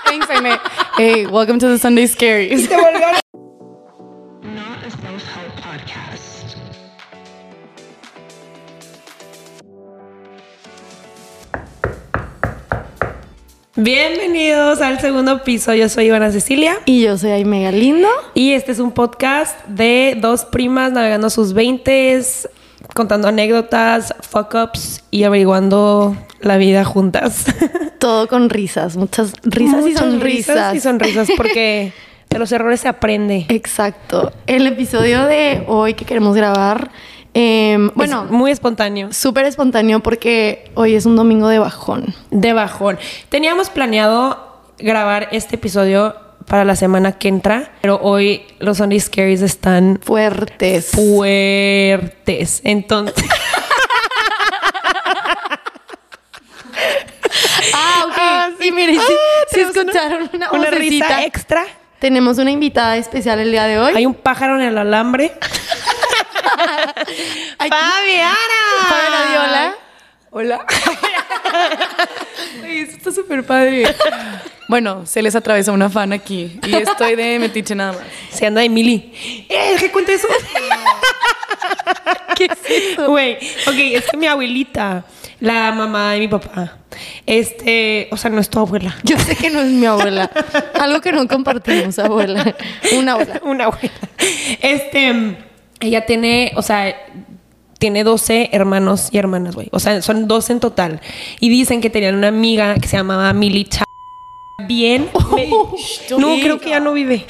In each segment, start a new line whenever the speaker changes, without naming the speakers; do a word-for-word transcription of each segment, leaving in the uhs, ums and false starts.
Thanks, Aime. Hey, welcome to the Sunday Scaries.
Te volvió a...
Not a self-help podcast.
Bienvenidos al segundo piso. Yo soy Ivana Cecilia.
Y yo soy Aime Galindo.
Y este es un podcast de dos primas navegando sus veintes, contando anécdotas, fuck-ups y averiguando la vida juntas.
Todo con risas, muchas risas
Muchas
y sonrisas.
risas y sonrisas porque de los errores se aprende.
Exacto. El episodio de hoy que queremos grabar, eh, bueno,
Es muy espontáneo.
súper espontáneo porque hoy es un domingo de bajón.
De bajón. Teníamos planeado grabar este episodio para la semana que entra, pero hoy los Sunday Scaries están
Fuertes.
fuertes. Entonces...
Ah, ok.
Ah, sí.
Y miren,
Ah,
si, si
tenemos
escucharon una,
una
vocecita,
risa extra.
tenemos una invitada especial el día de hoy.
Hay un pájaro en el alambre.
Aquí-
¡Fabiana!
Fabiana, di hola. Hola.
Ay, esto está súper padre. Bueno, se les atravesó una fan aquí y estoy de metiche nada más.
Se anda de Mili. ¡Eh! ¿Qué cuenta eso?
¿Qué es eso?
Güey, ok, es que mi abuelita, la mamá de mi papá, este, o sea, no es tu abuela.
Yo sé que no es mi abuela. Algo que no compartimos, abuela. Una abuela.
Una abuela. Este, ella tiene, o sea, tiene doce hermanos y hermanas, güey. O sea, son doce en total. Y dicen que tenían una amiga que se llamaba Mili Cha. Bien. me- no,
sí.
creo que ya no vive.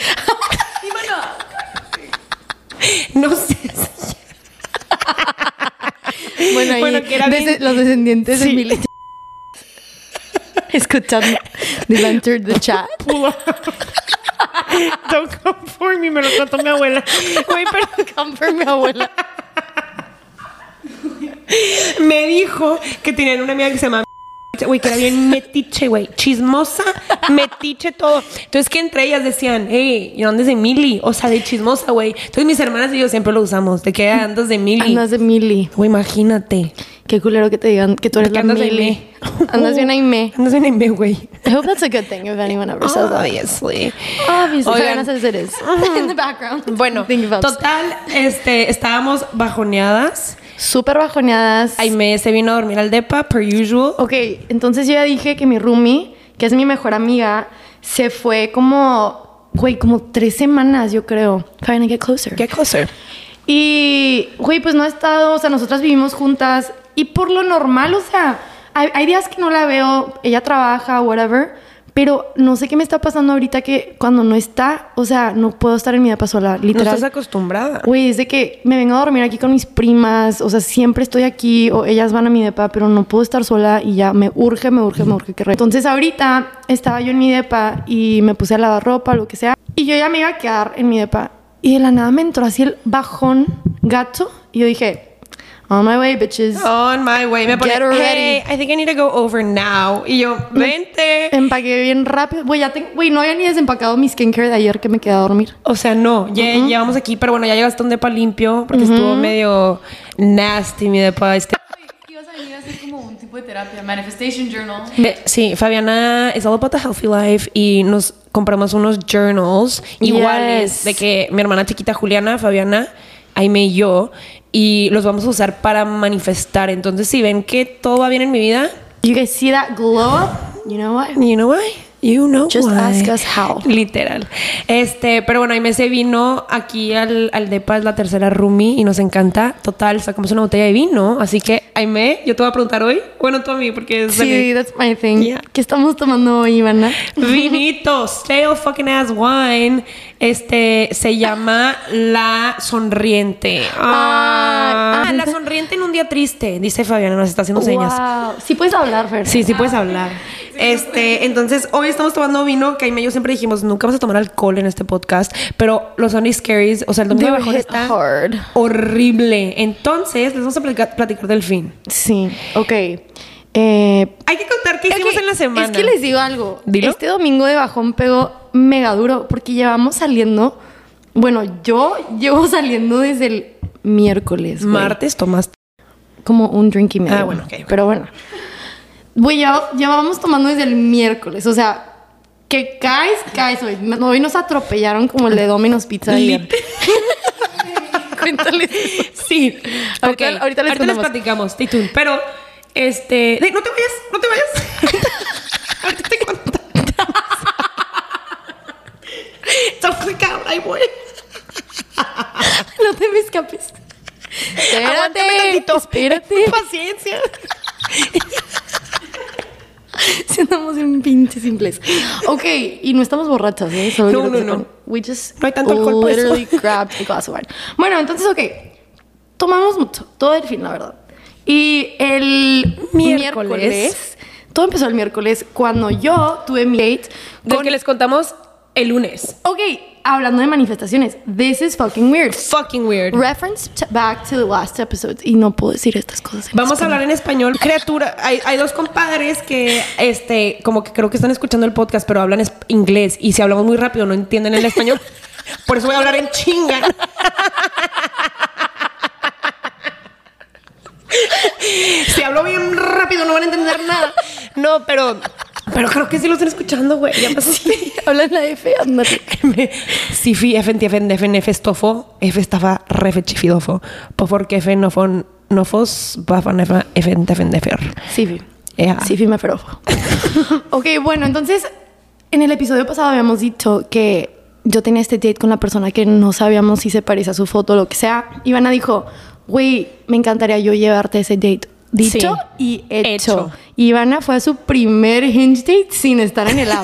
No sé.
Bueno, ahí
Bueno, que era
dese-
bien-
los descendientes de
Sí.
Mili. Escuchando. They've entered the chat.
Don't come for me, me lo contó mi abuela. Güey, pero
Come for mi abuela.
me dijo que tenían una amiga que se llama güey, que era bien metiche, güey, chismosa, metiche, todo. Entonces que entre ellas decían, hey, ¿y dónde es de Mili? O sea, de chismosa, güey. Entonces mis hermanas y yo siempre lo usamos, de que andas de Mili.
Andas de Mili.
Güey, imagínate.
Qué culero que te digan que tú eres
Que
la
andas de
Mili.
Aime.
Andas bien Aime.
Andas en Aime, güey.
I hope that's a good thing if anyone ever says that.
Obviously.
Obviously.
Oigan.
Fabiana says it is. In the background.
Bueno,
Think about it.
total, este, estábamos bajoneadas.
Súper bajoneadas.
Aime se vino a dormir al depa, per usual.
Ok, entonces yo ya dije que mi roomie, que es mi mejor amiga, se fue como, güey, como tres semanas, yo creo. Trying to get closer.
Get closer.
Y, güey, pues no ha estado, o sea, nosotras vivimos juntas y por lo normal, o sea, hay, hay días que no la veo, ella trabaja, whatever, pero no sé qué me está pasando ahorita que cuando no está, o sea, no puedo estar en mi depa sola,
No
literal.
estás acostumbrada.
Güey, es de que me vengo a dormir aquí con mis primas, o sea, siempre estoy aquí, o ellas van a mi depa, pero no puedo estar sola y ya me urge, me urge, me urge que re. Entonces ahorita estaba yo en mi depa y me puse a lavar ropa, lo que sea, y yo ya me iba a quedar en mi depa. Y de la nada me entró así el bajón gato y yo dije, on my way, bitches.
On my way. Me pone,
Get ready.
hey, I think I need to go over now. Y yo, vente.
Empaqué bien rápido. Güey, ya tengo, güey, no había ni desempacado mi skincare de ayer que me quedé a dormir.
O sea, no, ya llevamos aquí, pero bueno, ya llegaste a un depa limpio porque estuvo medio nasty mi depa. Este.
Ibas a venir a hacer como un tipo de terapia, manifestation journal.
Eh, Sí, Fabiana is all about the healthy life y nos compramos unos journals iguales
Yes.
de que mi hermana chiquita Juliana, Fabiana, Aime y yo, y los vamos a usar para manifestar. Entonces, si ven que todo va bien en mi vida,
You guys see that glow up? You know what?
you know why? You know
Just
why.
ask us how.
Literal. Este, pero bueno, Aime se vino aquí al, al depa, es la tercera roomie y nos encanta. Total, sacamos una botella de vino. Así que, Aime, yo te voy a preguntar hoy. Bueno, tú a mí, porque es
Sí, that's my thing.
Yeah.
¿Qué estamos tomando hoy, Ivana?
vinito, stale fucking ass wine. Este se llama La Sonriente. Ah,
Ay,
ah, La Sonriente en un día triste, dice Fabiana, nos está haciendo señas.
Wow. Sí puedes hablar, Fer.
Sí, sí puedes hablar. Este, entonces, hoy estamos tomando vino, que Aime y yo siempre dijimos, nunca vamos a tomar alcohol en este podcast, pero los Sunday Scaries, o sea, el domingo
They
de bajón
hit
está
hard.
horrible. Entonces, les vamos a platicar, platicar del fin.
Sí, ok. Eh,
Hay que contar qué hicimos
ok,
en la semana.
Es que les digo algo.
Dilo.
Este domingo de bajón pegó mega duro porque llevamos saliendo. Bueno, yo llevo saliendo desde el miércoles. güey.
Martes tomaste.
Como un drink y medio.
Ah, bueno, ok, ok.
Pero bueno. Güey, ya llevábamos tomando desde el miércoles. O sea, Que caes, caes, güey. No, hoy nos atropellaron como el de Domino's Pizza ayer. Cuéntales.
Sí.
Ahorita-
Ok.
ahorita les contamos.
platicamos. Stay tuned. Pero, este... de- no te vayas, no te vayas. Ahorita te contamos. Don't freak out, ahí voy.
No te me escapes.
Aguántame
Espérate,
tantito.
espérate.
Paciencia.
Si andamos en pinches simples. Ok, y no estamos borrachas, ¿eh? Solo
No,
quiero que
no, no.
sepan. We just
No hay tanto alcohol por eso.
literally grabbed a glass of wine. Bueno, entonces, ok. Tomamos mucho, todo el fin, la verdad. Y el
Miércoles.
miércoles, todo empezó el miércoles cuando yo tuve mi date
Del
con...
que les contamos el lunes.
Ok, hablando de manifestaciones, this is fucking weird.
Fucking weird.
Reference to- back to the last episode. Y no puedo decir estas cosas. en
Vamos a
español.
hablar en español. Criatura, hay, hay dos compadres que, este, como que creo que están escuchando el podcast, pero hablan es- inglés. Y si hablamos muy rápido, no entienden el español. Por eso voy a hablar en chinga. Si hablo bien rápido, no van a entender nada. No, pero, pero creo que sí lo están escuchando, güey. Ya pasó.
Sí, habla en la F, ándate.
Si fi, F, F, F, F, F, estofo, F, estafa, refe, chifidofo, pofor, que F, nofon, nofos, bafan, F, F, F, F,
Sí, fi.
Ea.
Sí, fi, me ferofo. Ok, bueno, entonces, en el episodio pasado habíamos dicho que yo tenía este date con la persona que no sabíamos si se parece a su foto o lo que sea. Ivana dijo, güey, me encantaría yo llevarte a ese date. Dicho
Sí.
y hecho.
Hecho.
Ivana fue a su primer Hinge date sin estar en el app.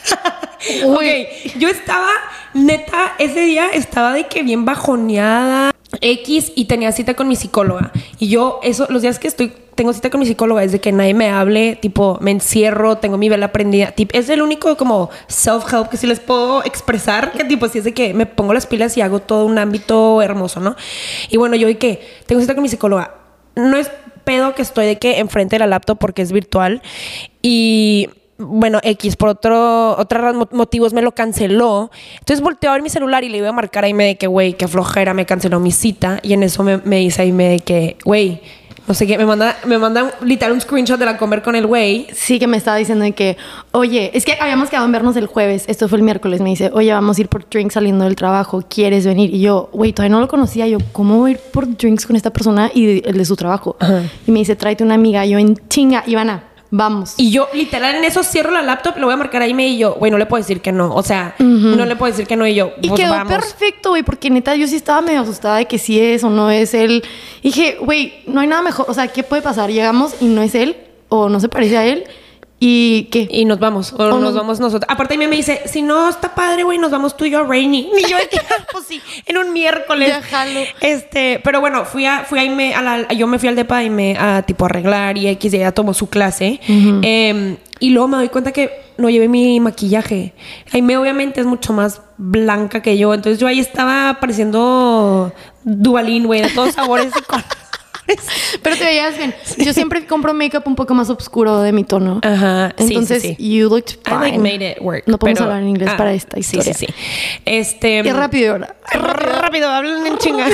Ok, yo estaba, neta, ese día estaba de que bien bajoneada, X, y tenía cita con mi psicóloga. Y yo, eso, los días que estoy, tengo cita con mi psicóloga es de que nadie me hable, tipo, me encierro, tengo mi vela prendida. Tip, es el único como self-help que sí les puedo expresar, que tipo, si es de que me pongo las pilas y hago todo un ámbito hermoso, ¿no? Y bueno, yo, ¿y qué? Tengo cita con mi psicóloga. No es pedo que estoy de que enfrente de la laptop porque es virtual. Y... bueno, X, por otro, otros motivos me lo canceló. Entonces volteo a ver mi celular y le iba a marcar ahí me de que, güey, qué flojera, me canceló mi cita. Y en eso me, me dice ahí me de que, güey, no sé qué, me manda, me manda literal un screenshot de la comer con el güey.
Sí, que me estaba diciendo de que, oye, es que habíamos quedado en vernos el jueves, esto fue el miércoles, me dice, oye, vamos a ir por drinks saliendo del trabajo, ¿quieres venir? Y yo, güey, todavía no lo conocía, yo, ¿cómo voy a ir por drinks con esta persona y el de su trabajo?
Ajá.
Y me dice, tráete una amiga, yo en chinga, Ivana, vamos.
Y yo literal en eso cierro la laptop, le voy a marcar ahí me y yo, güey, no le puedo decir que no. O sea, no le puedo decir que no y yo,
Y
pues
quedó
vamos.
perfecto, güey, porque neta yo sí estaba medio asustada de que sí es o no es él. Y dije, güey, no hay nada mejor, o sea, ¿qué puede pasar? Llegamos y no es él o no se parece a él y ¿qué?
Y nos vamos, o,
O
nos
nos-
vamos nosotros. Aparte, a mí me dice, si no está padre, güey, nos vamos tú y yo a Rainy. Y yo, pues sí, en un miércoles.
Ya jalo.
Este, pero bueno, fui a, fui a, me, a la, yo me fui al depa y me a tipo arreglar y X, y ella tomó su clase. Eh, y luego me doy cuenta que no llevé mi maquillaje. Aime obviamente es mucho más blanca que yo, entonces yo ahí estaba pareciendo Duvalín, güey, de todos sabores y colores.
Pero te veías bien. Yo siempre compro make-up un poco más oscuro de mi tono.
Ajá, sí,
Entonces,
sí, sí.
you looked
I like
fine.
made it work.
No podemos
pero-
hablar en inglés
ah,
para esta
sí,
historia.
Sí, sí, Este.
Y rápido ahora.
Rápido, rápido, hablan en chinga.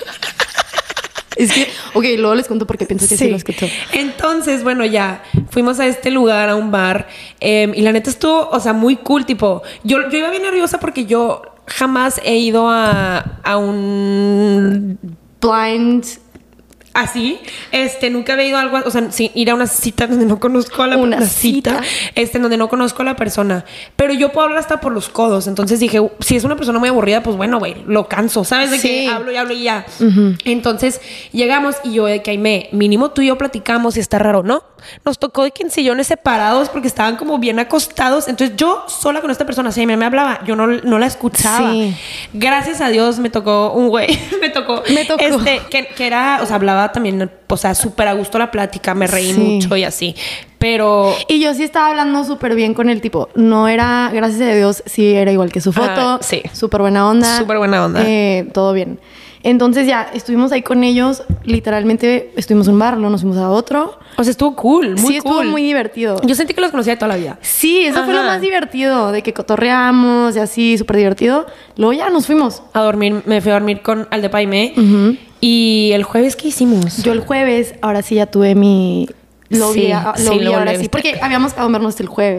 Es que, ok, luego les cuento porque pienso que sí,
Sí.
lo escuchó.
Entonces, bueno, ya fuimos a este lugar, a un bar, eh, y la neta estuvo, o sea, muy cool. Tipo, yo, yo iba bien nerviosa porque yo jamás he ido a, a un
Blind.
así, este, nunca había ido a algo, o sea, sí, ir a una cita donde no conozco a la
Una
una
cita.
este, donde no conozco a la persona, pero yo puedo hablar hasta por los codos, entonces dije, si es una persona muy aburrida, pues bueno, güey, lo canso, ¿sabes? De
Sí.
que hablo y hablo y ya. Entonces, llegamos y yo de que, Aime, mínimo tú y yo platicamos y está raro, ¿no? Nos tocó de que en sillones separados porque estaban como bien acostados, entonces yo sola con esta persona, si Aime me hablaba, yo no, no la escuchaba.
Sí.
Gracias a Dios me tocó un güey, me tocó,
Me tocó.
este, que, que era, o sea, hablaba también, o sea, súper a gusto la plática, me reí
Sí.
mucho y así, pero...
Y yo sí estaba hablando súper bien con el tipo. No era, gracias a Dios, sí era igual que su foto.
Ah, sí.
Súper buena onda.
Súper buena onda.
Eh, todo bien. Entonces ya estuvimos ahí con ellos. Literalmente estuvimos en un bar, luego nos fuimos a otro.
O sea, estuvo cool, muy
sí, estuvo
cool.
muy divertido.
Yo sentí que los conocía de toda la vida.
Sí, eso fue lo
Ajá.
más divertido. De que cotorreamos y así, súper divertido. Luego ya nos fuimos.
A dormir, me fui a dormir con al de Paime. Y el jueves, ¿qué hicimos?
Yo el jueves, ahora sí ya tuve mi... Lo
Sí,
vi, a- lo
sí,
vi
lo
ahora
volví a
sí.
ver.
Porque habíamos quedado en vernos el jueves.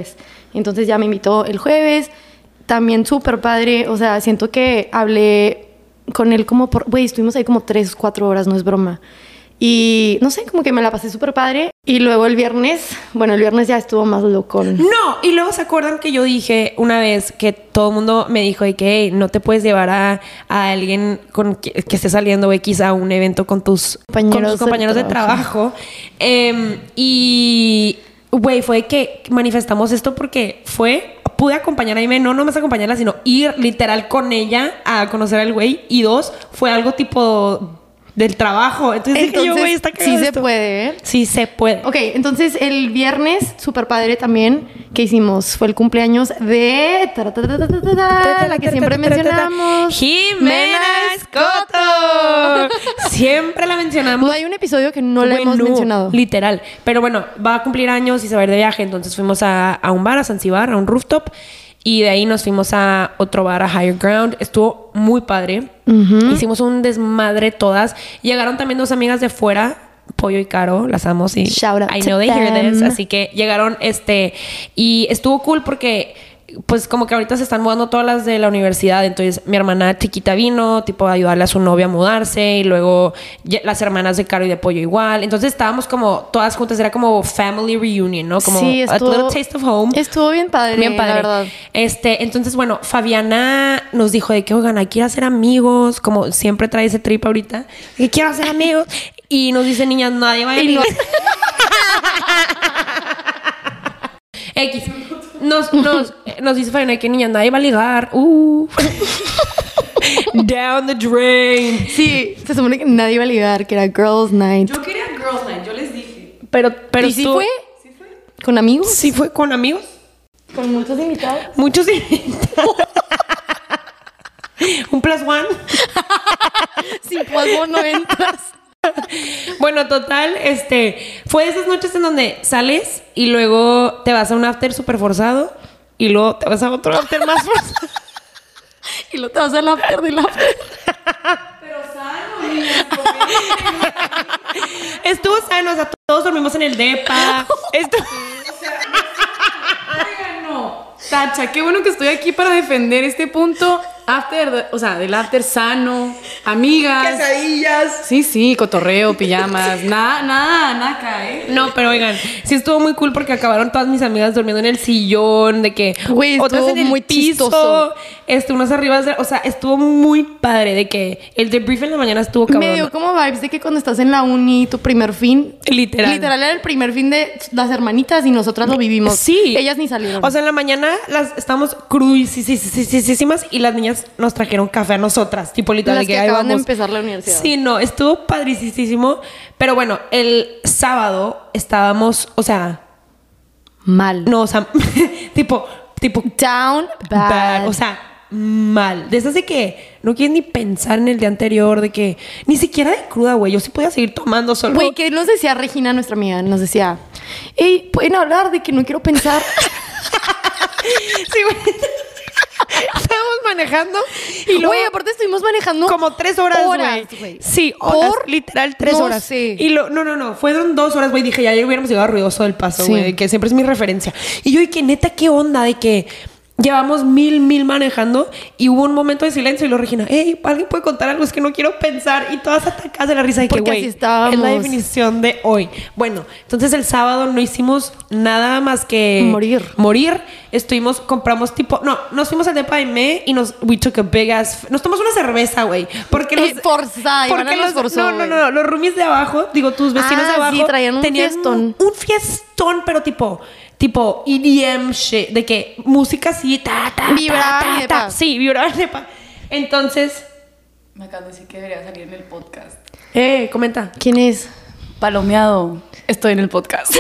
Entonces ya me invitó el jueves. También súper padre. O sea, siento que hablé con él como por... Güey, estuvimos ahí como tres, cuatro horas, no es broma. Y no sé, como que me la pasé súper padre. Y luego el viernes, bueno, el viernes ya estuvo más locón.
No, y luego se acuerdan que yo dije una vez que todo el mundo me dijo de que hey, no te puedes llevar a, a alguien con que, que esté saliendo X a un evento con tus compañeros, con tus compañeros de trabajo. De trabajo. Eh, y, güey, fue que manifestamos esto porque fue... Pude acompañar a Aime, no nomás acompañarla, sino ir literal con ella a conocer al güey. Y dos, fue algo tipo... del trabajo. Entonces,
entonces
yo, güey, está
sí se
esto.
puede, ¿eh?
Sí se puede.
Ok, entonces el viernes, súper padre también, ¿qué hicimos? Fue el cumpleaños de... la que siempre mencionamos.
Jimena Escoto. Siempre la mencionamos.
No hay un episodio que no la
Güey,
hemos
no,
mencionado.
Literal. Pero bueno, va a cumplir años y se va a ir de viaje. Entonces fuimos a, a un bar, a Zanzibar, a un rooftop. Y de ahí nos fuimos a otro bar, a Higher Ground. Estuvo muy padre. Uh-huh. Hicimos un desmadre todas. Llegaron también dos amigas de fuera, Pollo y Caro, las amo. Y
shout out
I know
to
they
them.
hear this. Así que llegaron, este... Y estuvo cool porque... Pues como que ahorita se están mudando todas las de la universidad. Entonces mi hermana chiquita vino, tipo, a ayudarle a su novia a mudarse. Y luego ya, las hermanas de Caro y de Pollo igual. Entonces estábamos como todas juntas. Era como family reunion, ¿no? Como
sí, estuvo,
a little taste of home.
Estuvo bien padre,
bien padre,
la verdad.
Este, entonces, bueno, Fabiana nos dijo de que, oigan, hay que ir a ser amigos. Como siempre trae ese trip ahorita. Que quiero hacer amigos. Y nos dice, niñas, nadie va a ir. X. Nos, nos, nos dice Fabiana que niña, nadie va a ligar. Uh. Down the drain.
Sí, se supone que nadie iba a ligar, que era Girls Night.
Yo quería Girls Night, yo les dije.
Pero, pero
¿Y sí
tú,
fue? ¿Sí fue? ¿Con amigos?
Sí fue con amigos.
¿Con muchos invitados?
Muchos invitados. Un plus one.
Sin plus one no entras.
Bueno, total, este fue de esas noches en donde sales y luego te vas a un after súper forzado y luego te vas a otro after más forzado
y luego te vas al after del after.
Pero sano, niñas.
Estuvo sano, o sea, todos dormimos en el depa. Estuvo...
No, Tacha, qué bueno que estoy aquí para defender este punto. After, o sea, del after sano, amigas.
Quesadillas.
Sí, sí, cotorreo, pijamas, nada, nada, nada, ¿eh?
No, pero oigan, sí estuvo muy cool porque acabaron todas mis amigas durmiendo en el sillón, de que
Güey,
otras en el
muy
piso,
chistoso.
este, unas arriba, o sea, estuvo muy padre de que el debrief en la mañana estuvo cabrón.
Me dio como vibes de que cuando estás en la uni, tu primer fin...
Literal.
Literal era el primer fin de las hermanitas y nosotras lo vivimos.
Sí.
Ellas ni salieron.
O sea, en la mañana las estamos crudísimas y las niñas nos trajeron café a nosotras, tipo literal.
las
que,
que
ahí
acaban de
vamos.
empezar la universidad.
Sí, no, estuvo padricísimo. Pero bueno, el sábado estábamos, o sea...
Mal.
No, o sea, tipo, tipo...
Down bad.
bad. O sea, mal. De esas de que no quieres ni pensar en el día anterior, de que ni siquiera de cruda, güey. Yo sí podía seguir tomando solo.
Güey, ¿qué nos decía Regina, nuestra amiga? Nos decía, hey, ¿pueden hablar de que no quiero pensar?
Sí, güey. Estábamos manejando y luego...
Güey, aparte estuvimos manejando
como tres horas,
horas,
güey.
güey.
Sí, horas,
Por-
literal, tres
no
horas.
sé.
Y lo, no, no, no, fueron dos horas, güey. Dije, ya hubiéramos llegado a Ruidoso del Paso,
Sí.
güey, de que siempre es mi referencia. Y yo, y que neta, qué onda, de que llevamos mil, mil manejando y hubo un momento de silencio y lo Regina, hey, ¿alguien puede contar algo? Es que no quiero pensar. Y todas atacadas de la risa de que,
Porque así
güey,
estábamos.
es la definición de hoy. Bueno, entonces el sábado no hicimos nada más que...
Morir.
Morir. Estuvimos, compramos tipo... No, nos fuimos al depa de Me y nos... We took a big ass... Nos tomamos una cerveza, güey. Porque
Eh,
los...
forzada,
porque
Ivana nos
los,
forzó,
no, no,
güey.
no, no. Los roomies de abajo, digo, tus vecinos
Ah,
de abajo...
sí, traían un
tenían
fiestón.
Un, un fiestón, pero tipo... Tipo E D M shit. De que música así... Ta, ta,
Vibraba
ta,
en
ta,
depa.
ta. Sí, vibraba en depa. Entonces...
Me acaban de decir que debería salir en el podcast.
Eh, comenta.
¿Quién es?
Palomeado, estoy en el podcast.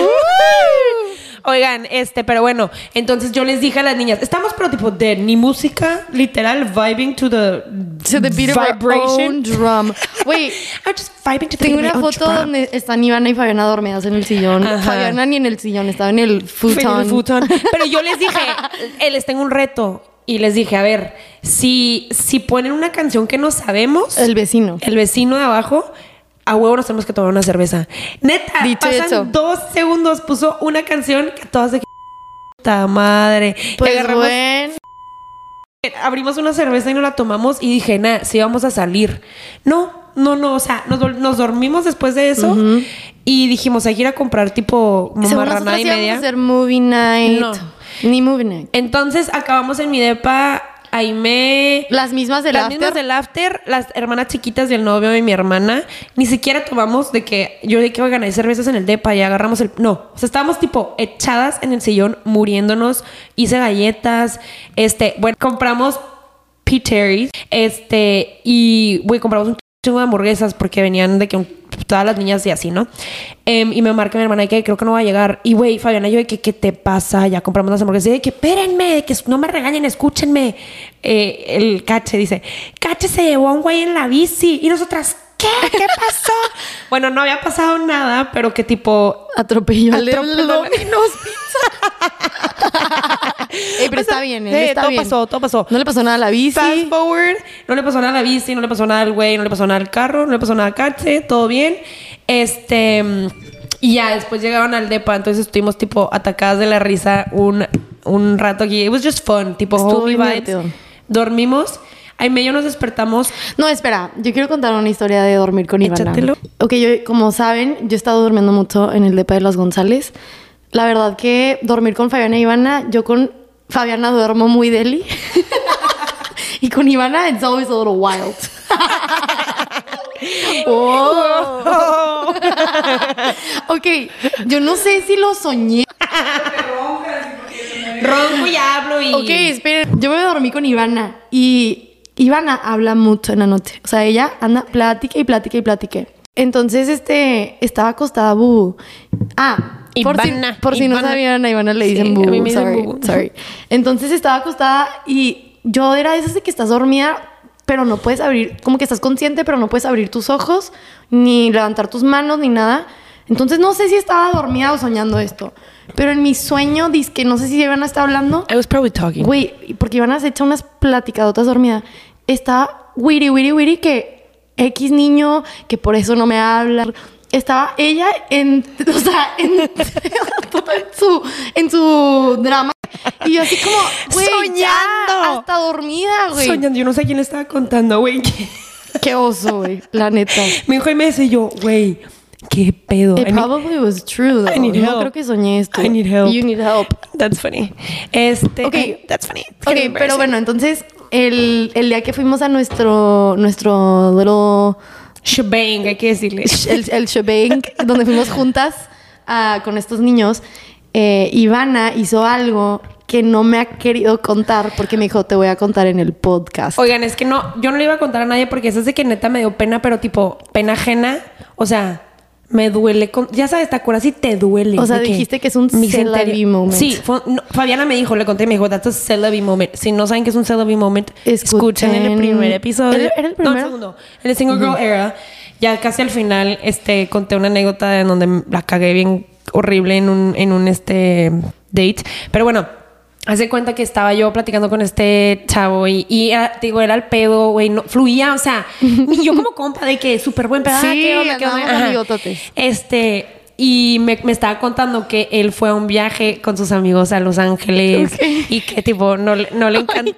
Oigan, este, pero bueno, entonces yo les dije a las niñas, estamos pero tipo de ni música, literal, vibing to the,
To the beat of our own drum. Güey,
I'm just vibing to the
tengo
beat
una
of my own
foto
drum.
donde están Ivana y Fabiana dormidas en el sillón.
Ajá.
Fabiana ni en el sillón, estaba en el
Fue en
futon.
el futon. Pero yo les dije, eh, les tengo un reto. Y les dije, a ver, si, si ponen una canción que no sabemos,
El vecino.
el vecino de abajo, a huevo nos tenemos que tomar una cerveza. Neta,
Dicho
pasan
hecho.
dos segundos, puso una canción que todas de que puta madre.
Pues
Y agarramos-
bueno.
Abrimos una cerveza y nos la tomamos y dije, nah, sí vamos a salir. No, no, no, o sea, nos, dol- nos dormimos después de eso y dijimos, hay que ir a comprar tipo
Según
marranada
nosotros
y
íbamos a
media.
hacer movie night.
No.
Ni movie night.
Entonces acabamos en mi depa, ahí me...
Las mismas del
las
after.
mismas del after, las hermanas chiquitas del novio de mi hermana, ni siquiera tomamos de que yo de que oigan, hay cervezas en el depa y agarramos el... No, o sea, estábamos tipo echadas en el sillón, muriéndonos, hice galletas, este, bueno, compramos P-Terry's, este, y, güey, compramos un chingo de hamburguesas porque venían de que un- todas las niñas y así, ¿no? Em, y me marca mi hermana y que creo que no va a llegar. Y, güey, Fabiana, yo de que, ¿qué te pasa? Ya compramos las hamburguesas. Y de que, espérenme, de que no me regañen, escúchenme. Eh, el Cache dice, Cache se llevó a un güey en la bici. Y nosotras, ¿qué? ¿Qué pasó? Bueno, no había pasado nada, pero que tipo...
Atropelló al
Atropelló al-
Domino's Ey, pero
O sea,
está bien,
eh,
¿eh? Está
todo
bien.
pasó, todo pasó.
No le pasó nada a la bici.
Fast forward, no le pasó nada a la bici, no le pasó nada al güey, no le pasó nada al carro, no le pasó nada a Cache, todo bien. Este, y ya después llegaron al depa, entonces estuvimos tipo atacadas de la risa un, un rato aquí. It was just fun, tipo
Estuvo
homie
bien
vibes.
divertido.
Dormimos, ahí medio nos despertamos.
No, espera, yo quiero contar una historia de dormir con Ivana.
Échatelo.
Ok, yo, como saben, yo he estado durmiendo mucho en el depa de los González. La verdad que dormir con Fabiana e Ivana, yo con Fabiana duermo muy deli. Y con Ivana, it's always a little wild. Oh. Ok, yo no sé si lo soñé.
Ronco y hablo y...
Ok, esperen. Yo me dormí con Ivana y Ivana habla mucho en la noche. O sea, ella anda plática y plática y plática. Entonces, este, estaba acostada Bu. Ah, por si,
Ivana,
por si no
Ivana.
sabían, a Ivana le
Sí,
dicen Bu.
a mí me dicen
sorry,
Bu.
sorry. Entonces estaba acostada y yo era de esas de que estás dormida, pero no puedes abrir, como que estás consciente, pero no puedes abrir tus ojos, ni levantar tus manos, ni nada. Entonces no sé si estaba dormida o soñando esto. Pero en mi sueño, dizque, no sé si Ivana está hablando.
I was probably talking.
Güey, porque Ivana se echa unas platicadotas dormida. Estaba wiri, wiri, wiri, que X niño, que por eso no me habla. Estaba ella en, o sea, en, en su, en su drama. Y yo así como, güey, ya,
Soñando.
hasta dormida, güey.
Soñando, yo no sé a quién le estaba contando, güey.
Qué oso, güey, la neta.
Mi hijo y me dice yo, güey, ¿qué pedo?
It
I need-
probably was true, though.
I need
No
help.
creo que soñé esto.
I need help.
You need help.
That's funny. Este,
Ok.
ay, that's funny. It's
Ok,
kinda
pero
embarrassing.
bueno, entonces, el, el día que fuimos a nuestro, nuestro little...
Shebang, hay que decirle.
el, el shebang, donde fuimos juntas ah, con estos niños, eh, Ivana hizo algo que no me ha querido contar porque me dijo, te voy a contar en el podcast.
Oigan, es que no, yo no le iba a contar a nadie porque eso es de que neta me dio pena, pero tipo, pena ajena. O sea, me duele. Con, ya sabes, ¿te acuerdas? Si te duele.
O sea,
de
dijiste que es un
mi
celebrity
centenio-
moment.
Sí, fue- no, Fabiana me dijo, le conté y me dijo, that's a celebrity moment. Si no saben qué es un celebrity moment, escuchen, en el primer episodio.
¿Era- era el
No,
primero?
el segundo. En el Single Girl Era. Ya casi al final, este, conté una anécdota en donde la cagué bien horrible en un, en un, este, date. Pero bueno, hace cuenta que estaba yo platicando con este chavo y, y era, te digo, era el pedo, güey, no, fluía, o sea, y yo como compa de que súper buen pedo.
Sí,
ah, ¿qué onda, qué onda?
andábamos
Ajá.
amigototes.
Este, y me, me estaba contando que él fue a un viaje con sus amigos a Los Ángeles
Ok.
y que tipo no, le- no le encantó.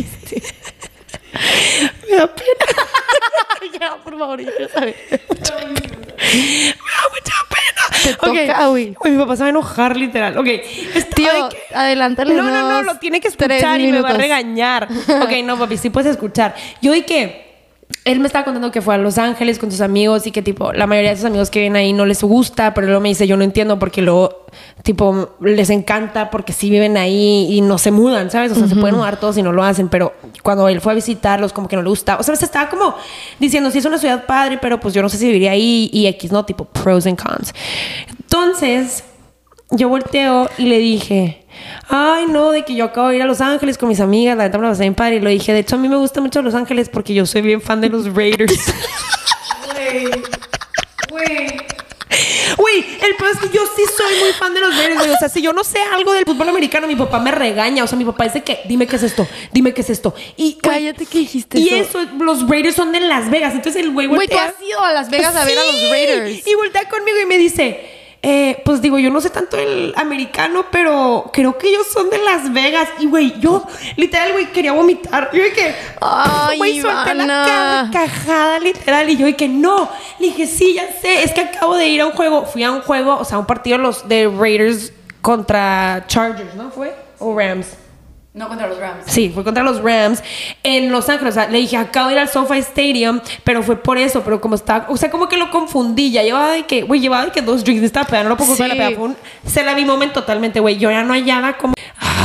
Me da pena.
Ya, por favor, yo quiero saber.
Me da mucha pena.
Te
Ok.
toca, güey.
Uy, mi papá se va a enojar literal. Ok. Estaba
Tío,
de que-
adelántale
No, no, no,
unos
lo tiene que
tres
escuchar y me va a
minutos.
regañar. Ok, no, papi, sí puedes escuchar. Yo di que él me estaba contando que fue a Los Ángeles con sus amigos y que tipo la mayoría de sus amigos que vienen ahí no les gusta, pero luego me dice, yo no entiendo porque luego tipo les encanta porque sí viven ahí y no se mudan, ¿sabes? O sea, se pueden mudar todos y no lo hacen, pero cuando él fue a visitarlos como que no le gusta. O sea, se estaba como diciendo, sí es una ciudad padre, pero pues yo no sé si viviría ahí y X, ¿no? Tipo pros and cons. Entonces, yo volteo y le dije, ay, no, de que yo acabo de ir a Los Ángeles con mis amigas, la neta me la pasé bien padre. Y lo dije, de hecho, a mí me gusta mucho Los Ángeles porque yo soy bien fan de los Raiders.
Güey. Güey.
Güey, el peor es que yo sí soy muy fan de los Raiders, güey. O sea, si yo no sé algo del fútbol americano, mi papá me regaña. O sea, mi papá dice que, dime qué es esto, dime qué es esto. Y, güey,
Cállate que dijiste
y
eso.
eso, los Raiders son de Las Vegas. Entonces el güey
Güey, tú
voltea.
has ido a Las Vegas a ver a los
Sí.
Raiders.
Y voltea conmigo y me dice, eh, pues digo, yo no sé tanto el americano, pero creo que ellos son de Las Vegas. Y, güey, yo, literal, güey, quería vomitar. Yo dije,
Ay,
güey, solté la
Ivana.
carcajada, literal. Y yo dije, no. Le dije, sí, ya sé. Es que acabo de ir a un juego. Fui a un juego, o sea, un partido los de Raiders contra Chargers, ¿no fue? O Rams.
No, contra los Rams.
Sí, fue contra los Rams en Los Ángeles. O sea, le dije, acabo de ir al SoFi Stadium, pero fue por eso. Pero como estaba, o sea, como que lo confundí. Ya llevaba de que, güey, llevaba de que dos drinks. Estaba pegando, no lo puedo culpar
Sí.
la peda. Fue un, se la vi momento totalmente, güey. Yo ya no hallaba como.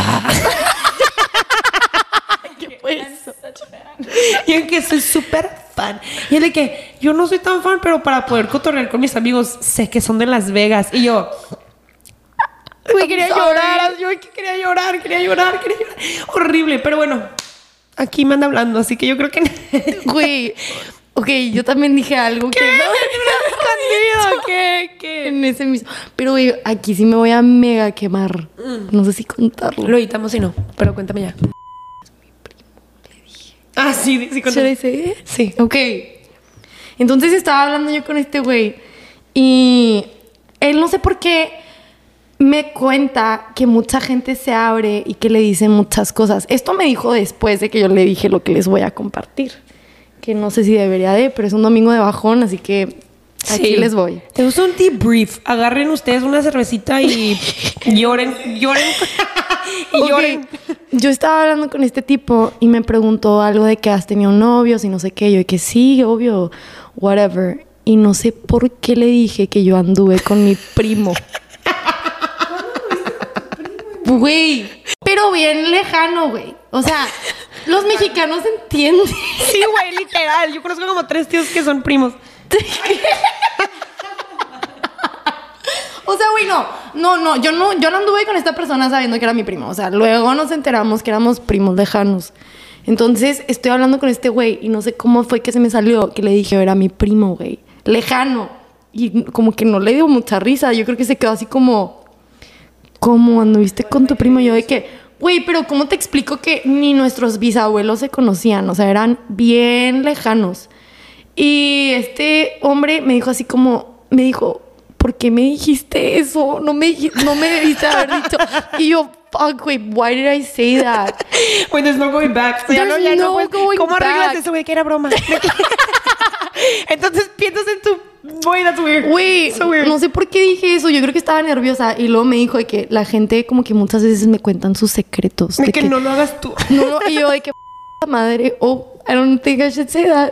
¿Qué fue eso?
Y en que soy súper fan. Y él de que, yo no soy tan fan, pero para poder cotorrear con mis amigos, sé que son de Las Vegas. Y yo. Güey, quería
sorry.
llorar. Yo que quería llorar, quería llorar, quería llorar. Horrible, pero bueno. Aquí me anda hablando, así que yo creo que.
Güey, ok, yo también dije algo que no
Escondido, ¿qué? ¿Qué?
en ese mismo. Pero, güey, aquí sí me voy a mega quemar. No sé si contarlo.
Lo editamos y no, pero cuéntame ya. Ah, sí, sí,
¿Should I
cuéntame.
say it?
Sí.
Ok. Entonces estaba hablando yo con este güey y él no sé por qué me cuenta que mucha gente se abre y que le dicen muchas cosas. Esto me dijo después de que yo le dije lo que les voy a compartir. Que no sé si debería de, pero es un domingo de bajón, así que aquí
Sí.
les voy.
Te gusta un debrief. Agarren ustedes una cervecita y lloren, lloren. y
Ok,
lloren.
Yo estaba hablando con este tipo y me preguntó algo de que has tenido novios y no sé qué. Yo de que sí, obvio, whatever. Y no sé por qué le dije que yo anduve con mi primo. Güey, pero bien lejano, güey. O sea, los mexicanos entienden.
Sí, güey, literal. Yo conozco como tres tíos que son primos.
O sea, güey, no, no, no, yo no, yo no anduve con esta persona sabiendo que era mi primo. O sea, luego nos enteramos que éramos primos lejanos. Entonces, estoy hablando con este güey y no sé cómo fue que se me salió que le dije, era mi primo, güey, lejano. Y como que no le dio mucha risa. Yo creo que se quedó así como, ¿cómo anduviste con tu primo? Yo de que, güey, pero ¿cómo te explico que ni nuestros bisabuelos se conocían? O sea, eran bien lejanos. Y este hombre me dijo así como, me dijo, ¿por qué me dijiste eso? No me, dij- no me debiste haber dicho. Y yo, fuck, güey, why did I say that?
Güey, there's no going back. Ya no,
There's
ya no,
no
pues,
going
¿cómo arreglas
back.
eso, güey? Que era broma. Entonces piensas en tu... Güey, that's weird.
Güey,
So weird.
no sé por qué dije eso. Yo creo que estaba nerviosa. Y luego me dijo de que la gente como que muchas veces me cuentan sus secretos.
De que, no lo hagas tú.
No, no, y yo de que p madre, oh, I don't think I should say that.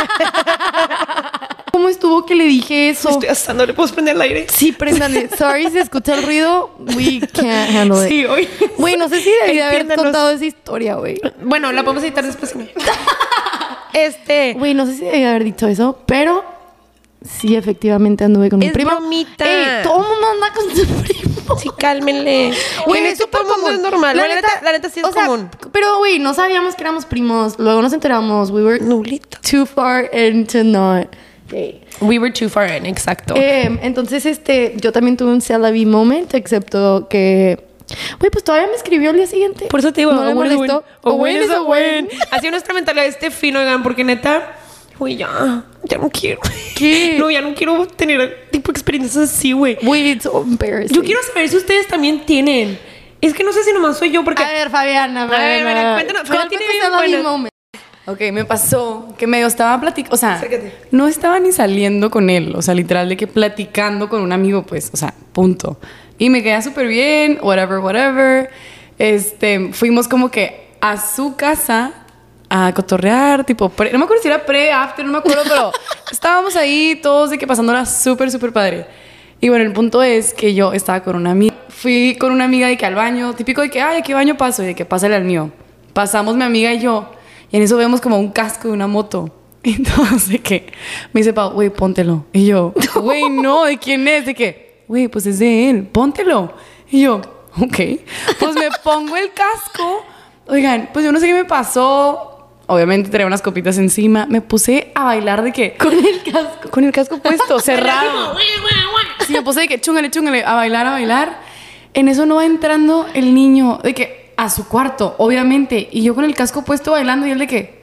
¿Cómo estuvo que le dije eso?
Estoy asando, ¿le puedo prender el aire?
Sí, préndale. Sorry, se escucha el ruido. We can't handle it.
Sí, hoy.
Güey, no sé si debí haber
Entiéndanos.
contado esa historia, güey.
Bueno, la podemos editar después. ¿No? Este...
Güey, no sé si debí haber dicho eso, pero sí, efectivamente anduve con mi
Es
primo.
bromita.
Ey, todo el mundo anda con su primo.
Sí, cálmenle.
Güey,
En
es
esto
súper
todo el mundo
común.
es normal. La, neta, la neta sí es
o sea,
común.
pero, güey, no sabíamos que éramos primos. Luego nos enteramos. We were
Nulito.
too far into not. Okay.
We were too far in, exacto.
Eh, entonces, este, yo también tuve un c'est la vie moment, excepto que... Güey, pues todavía me escribió el día siguiente.
Por eso te digo,
no
a
le
win is a win.
molestó.
A win is a win. Así es nuestra mentalidad este fino, oigan, porque neta, güey, ya, ya no quiero.
¿Qué?
No, ya no quiero tener tipo experiencias así, güey.
Güey, it's so embarrassing.
Yo quiero saber si ustedes también tienen. Es que no sé si nomás soy yo, porque...
A ver, Fabiana,
ver,
Fabiana.
cuéntanos,
¿Cuál
Fabiana tiene
fue tu
bien
c'est la vie
buena.
moment?
Ok, me pasó que medio estaba platicando, o sea,
Acércate.
no estaba ni saliendo con él, o sea, literal de que platicando con un amigo, pues, o sea, punto. Y me quedé súper bien, whatever, whatever. Este, fuimos como que a su casa a cotorrear, tipo, pre- no me acuerdo si era pre, after, no me acuerdo, pero estábamos ahí todos de que pasándola súper, súper padre. Y bueno, el punto es que yo estaba con una amiga, fui con una amiga de que al baño, típico de que, ay, ¿a qué baño paso? Y de que pásale al mío. Pasamos mi amiga y yo, y en eso vemos como un casco de una moto. Entonces, de que me dice Pau, güey, póntelo. Y yo, güey, no, ¿de quién es? De que, güey, pues es de él, póntelo. Y yo, ok. Pues me pongo el casco. Oigan, pues yo no sé qué me pasó. Obviamente traía unas copitas encima. Me puse a bailar de que...
Con el casco.
Con el casco puesto, cerrado. Sí, me puse de que chúngale, chúngale, a bailar, a bailar. En eso no va entrando el niño, de que a su cuarto, obviamente. Y yo con el casco puesto bailando y él de que,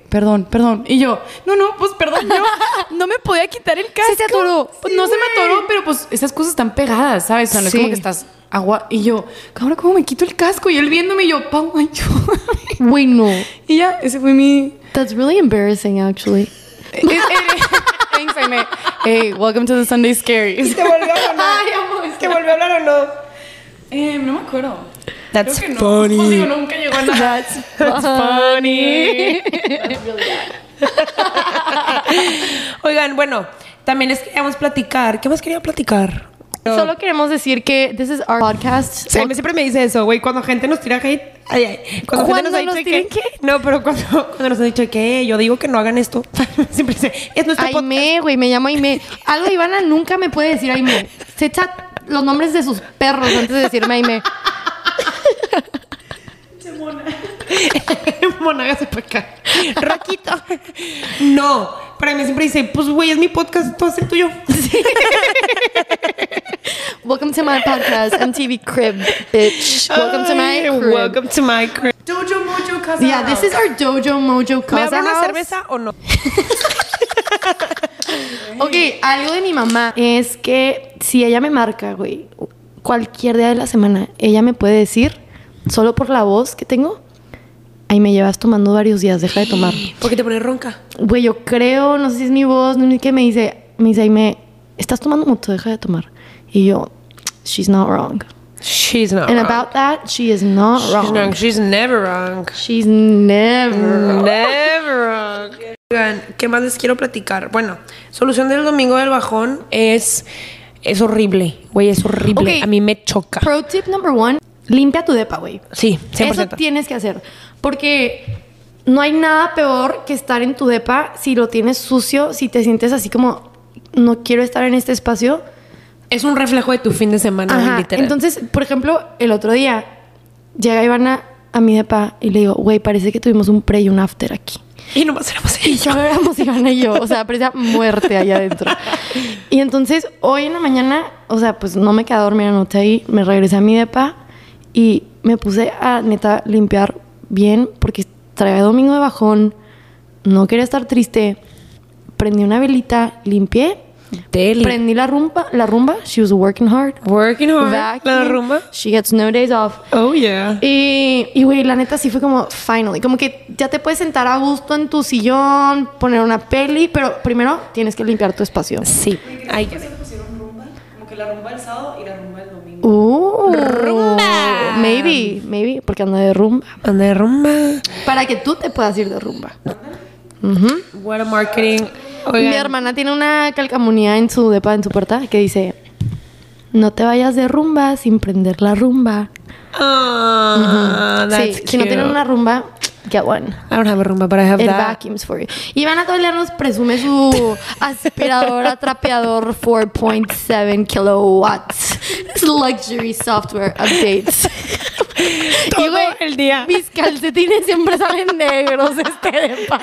perdón, perdón. Y yo, no, no, pues perdón, yo no me podía quitar el casco.
Se te atoró.
Pues
Sí,
no se me
güey.
atoró, pero pues esas cosas están pegadas, ¿sabes? O sea, no
Sí.
es como que estás agua. Y yo, cabrón, ¿cómo me quito el casco? Y él viéndome y yo, Pau, ayúdame.
Güey, no.
Y ya, ese fue mi...
That's really embarrassing, actually.
Eh, eh, Thanks, Jaime. Hey, welcome to the Sunday Scaries.
¿Te volvió a hablar?
Ay, amo,
¿Te volvió a hablar o no?
Eh, no me acuerdo.
That's
Creo que no.
funny.
Pues digo, nunca llegó a nada.
That's funny.
Oigan, bueno, también es que queríamos platicar. ¿Qué más quería platicar?
Solo queremos decir que this is our podcast.
Sí, a mí siempre me dice eso, güey. Cuando gente nos tira hate. Ay, ay. Cuando, gente
¿Cuándo
nos ha
nos
dicho
tiran
que.
hate?
No, pero cuando, cuando nos han dicho que yo digo que no hagan esto. Siempre dice, es nuestro podcast.
Aime, güey, me llamo Aime. Algo Ivana nunca me puede decir Aime. Se echa los nombres de sus perros antes de decirme Aime.
Monagas de acá. Roquito. No, para mí siempre dice, pues güey, es mi podcast, tú haces el tuyo.
Welcome to my podcast, M T V Crib, bitch. Welcome to my
Ay,
crib.
Welcome to my crib.
Dojo Mojo Casa.
Yeah, this is our Dojo Mojo
¿Me
Casa
abro una
house.
cerveza o no?
Ok, algo de mi mamá es que si ella me marca, güey, cualquier día de la semana, ella me puede decir, solo por la voz que tengo, ahí me llevas tomando varios días, deja de tomar.
Porque te pones ronca.
Güey, yo creo, no sé si es mi voz, no sé qué, me dice, me dice, ahí me, estás tomando mucho, deja de tomar. Y yo, she's not wrong.
She's not
And
wrong.
about that, she is not
She's,
wrong.
wrong. She's never wrong.
She's never wrong.
Never wrong. Oigan, ¿qué más les quiero platicar? Bueno, solución del domingo del bajón es... Es horrible, güey, es horrible.
Ok.
A mí me choca.
Pro tip number one, limpia tu depa, güey.
Sí, cien por ciento.
Eso tienes que hacer. Porque no hay nada peor que estar en tu depa si lo tienes sucio, si te sientes así como, no quiero estar en este espacio.
Es un reflejo de tu fin de semana, güey,
Ajá.
literal.
Entonces, por ejemplo, el otro día llega Ivana a mi depa y le digo, güey, parece que tuvimos un pre y un after aquí.
Y nomás éramos
Y
ellos.
solo éramos Ivana y yo, o sea, parecía muerte allá adentro. Y entonces, hoy en la mañana, o sea, pues no me quedé a dormir anoche ahí, me regresé a mi depa y me puse a, neta, limpiar bien porque traía domingo de bajón, no quería estar triste, prendí una velita, limpié,
Deli.
prendí la rumba, la rumba, she was working hard.
Working hard.
Vacuum,
La rumba.
She gets no days off.
Oh, yeah.
Y, y, güey, la neta sí fue como, finally. Como que ya te puedes sentar a gusto en tu sillón, poner una peli, pero primero tienes que limpiar tu espacio.
Sí. Ay,
Como que la rumba del sábado y la rumba del domingo.
Uh,
Rumba.
Maybe, maybe, porque anda de rumba.
anda de rumba.
Para que tú te puedas ir de rumba.
What a marketing.
Mi
Oigan.
hermana tiene una calcamonía en su depa, en su puerta, que dice, no te vayas de rumba sin prender la rumba.
Ah, that's
Sí, si no
cute.
tienen una rumba, get one.
I don't have a rumba, but I have
It
that.
vacuums for you. Ivana todo el día nos presume su aspirador trapeador four point seven kilowatts. Es luxury software updates.
Todo
Y, güey,
el día.
Mis calcetines siempre salen negros este depa.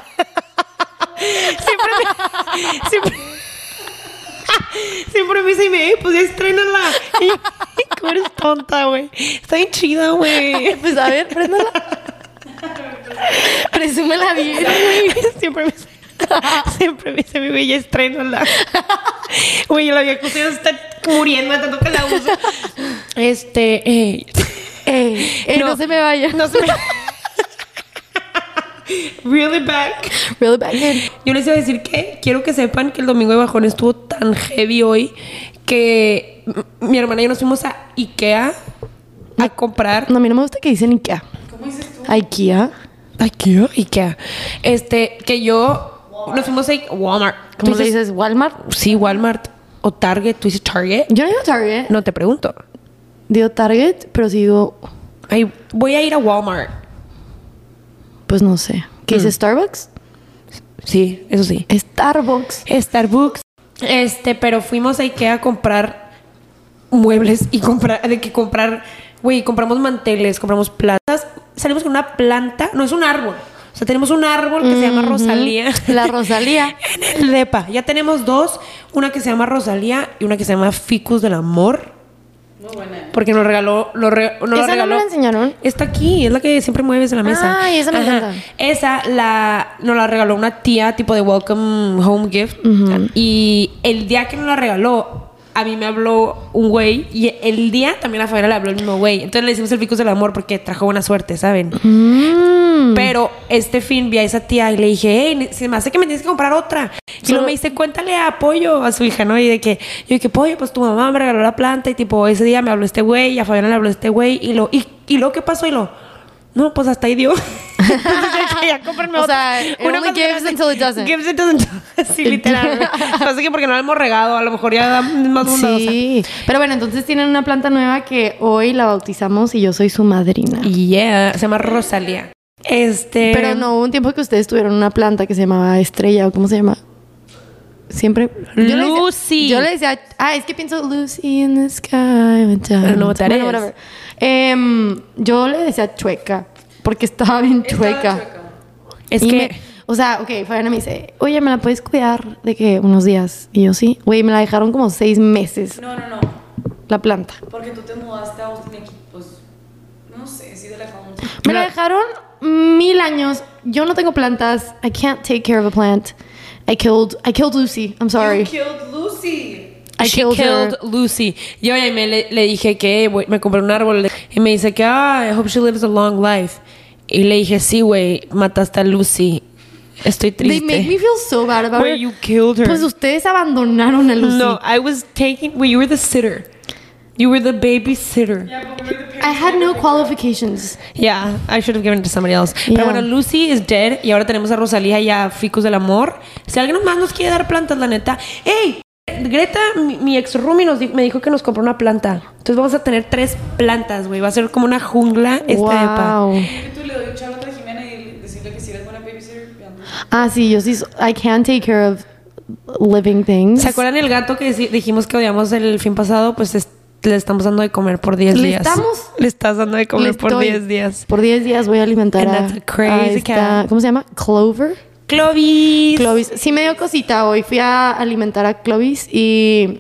Siempre me... Siempre... Siempre me dice, "Ey, pues ya estrénala." Y yo, ¿cómo eres tonta, güey? Está bien chida, güey.
Pues a ver, préndala. Presúmela bien, güey.
Siempre me dice... Siempre me dice, mi güey, ya estrénala. Güey, la vieja usted está muriendo de tanto que la uso. Este... Eh,
Ey, ey, no,
No.
se me vaya.
no sé... Really back.
Really bad.
Yo les iba a decir que quiero que sepan que el domingo de bajón estuvo tan heavy hoy que m- mi hermana y yo nos fuimos a Ikea a comprar.
No, a mí no me gusta que dicen Ikea.
¿Cómo dices tú?
Ikea.
¿Ikea? Ikea. Este, que yo nos fuimos a I- Walmart. ¿Tú
¿Cómo le dices? ¿Walmart?
Sí, Walmart o Target. ¿Tú dices Target?
Yo no digo Target.
No te pregunto.
Digo Target, pero si digo,
Ay, voy a ir a Walmart.
pues no sé. ¿Qué dice Starbucks?
Sí, eso sí.
Starbucks.
Starbucks. Este, pero fuimos a Ikea a comprar muebles y comprar, de que comprar, güey, compramos manteles, compramos plantas. Salimos con una planta, no es un árbol. O sea, tenemos un árbol que se llama Rosalía.
La Rosalía.
En el depa. Ya tenemos dos. Una que se llama Rosalía y una que se llama Ficus del Amor.
Muy buena.
Porque nos regaló, lo re- nos
¿Esa
la regaló.
no me la enseñaron?
Está aquí, es la que siempre mueves en la mesa.
Ay, esa me
Ajá.
encanta.
Esa la, nos la regaló una tía tipo de welcome home gift. Y el día que nos la regaló, a mí me habló un güey. Y el día también a Fabiana le habló el mismo güey. Entonces le decimos el ficus del amor porque trajo buena suerte, ¿saben?
Mm.
Pero este fin vi a esa tía y le dije, hey, se me hace que me tienes que comprar otra. Y
Solo-
luego me dice, cuéntale a Pollo, a su hija, ¿no? Y de que, yo dije, Pollo, pues tu mamá me regaló la planta. Y tipo, ese día me habló este güey y a Fabiana le habló este güey. Y lo, y, y luego, ¿qué pasó? Y lo, no, pues hasta ahí dio. Entonces dije, ya cómprenme
O
otra.
sea, it
Una
only
más
gives
grande.
until it doesn't.
Gives until it doesn't. Sí, literal. Pasa que porque no la hemos regado, a lo mejor ya es más bondadosa.
Sí, pero bueno, entonces tienen una planta nueva que hoy la bautizamos y yo soy su madrina.
Yeah, se llama Rosalía. Este...
Pero no, hubo un tiempo que ustedes tuvieron una planta que se llamaba Estrella o ¿cómo se llama? Siempre. yo le decía-
Lucy.
yo le decía, ah, es que pienso Lucy in the sky. with diamonds".
no, te
Bueno,
haré.
whatever. Em, yo le decía chueca porque estaba bien chueca.
Es
Y
que...
me- o sea, ok, Fabiana me dice, oye, ¿me la puedes cuidar de que unos días? Y yo sí. Güey, me la dejaron como seis meses
No, no, no.
la planta.
Porque tú te mudaste a Austin aquí, pues, no sé, sí te la dejamos.
Me la dejaron mil años. Yo no tengo plantas. I can't take care of a plant. I killed, I killed Lucy. I'm sorry.
You killed Lucy.
I
She
killed her.
killed Lucy. Yo ya me, le, le dije que güey, me compré un árbol y me dice que ah, I hope she lives a long life. Y le dije, sí, güey, mataste a Lucy. Estoy
They
triste.
make me feel so bad about
Güey,
it.
you killed her.
Pues ustedes abandonaron a Lucy.
No, I was taking... Well, you were the sitter. You were the babysitter.
I had no qualifications.
Yeah, I should have given it to somebody else.
Yeah.
Pero bueno, Lucy is dead y ahora tenemos a Rosalía y a Ficus del Amor. Si alguien más nos quiere dar plantas, la neta. ¡Ey! Greta, mi, mi ex roomie nos di- me dijo que nos compró una planta. Entonces vamos a tener tres plantas, güey. Va a ser como una jungla este depa.
Wow.
Tú le doy un charlotte a Jimena y decirle que si eres buena babysitter.
Ah, sí, yo sí. so- I can take care of living things.
¿Se acuerdan el gato que deci- dijimos que odiamos el fin pasado? Pues es- le estamos dando de comer por diez
¿Le
días.
estamos?
Le estás dando de comer
Le
por
estoy-
diez días.
Por diez días voy a alimentar
And
a,
that's a crazy
a esta-
cat.
¿cómo se llama? Clover.
Clovis.
Clovis. Sí me dio cosita hoy. Fui a alimentar a Clovis y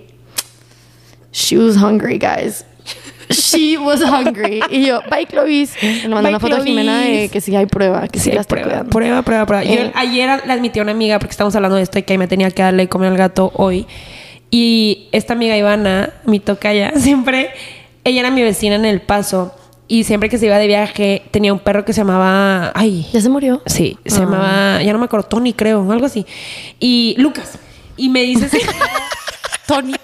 she was hungry, guys. She was hungry. Y yo, bye, Clovis. Y le mandé
Bye,
una foto a Jimena de
Clovis.
que sí hay prueba, que sí,
Sí,
la estoy
prueba,
cuidando.
prueba, prueba, prueba. Yo
Eh.
ayer le admití a una amiga, porque estamos hablando de esto y que me tenía que darle de comer al gato hoy. Y esta amiga Ivana, mi tocaya, siempre, ella era mi vecina en El Paso. Y siempre que se iba de viaje, tenía un perro que se llamaba. Ay.
¿Ya se murió?
Sí, se
Ah.
llamaba. Ya no me acuerdo, Tony, creo, algo así. Y Lucas. Y me dice. Tony.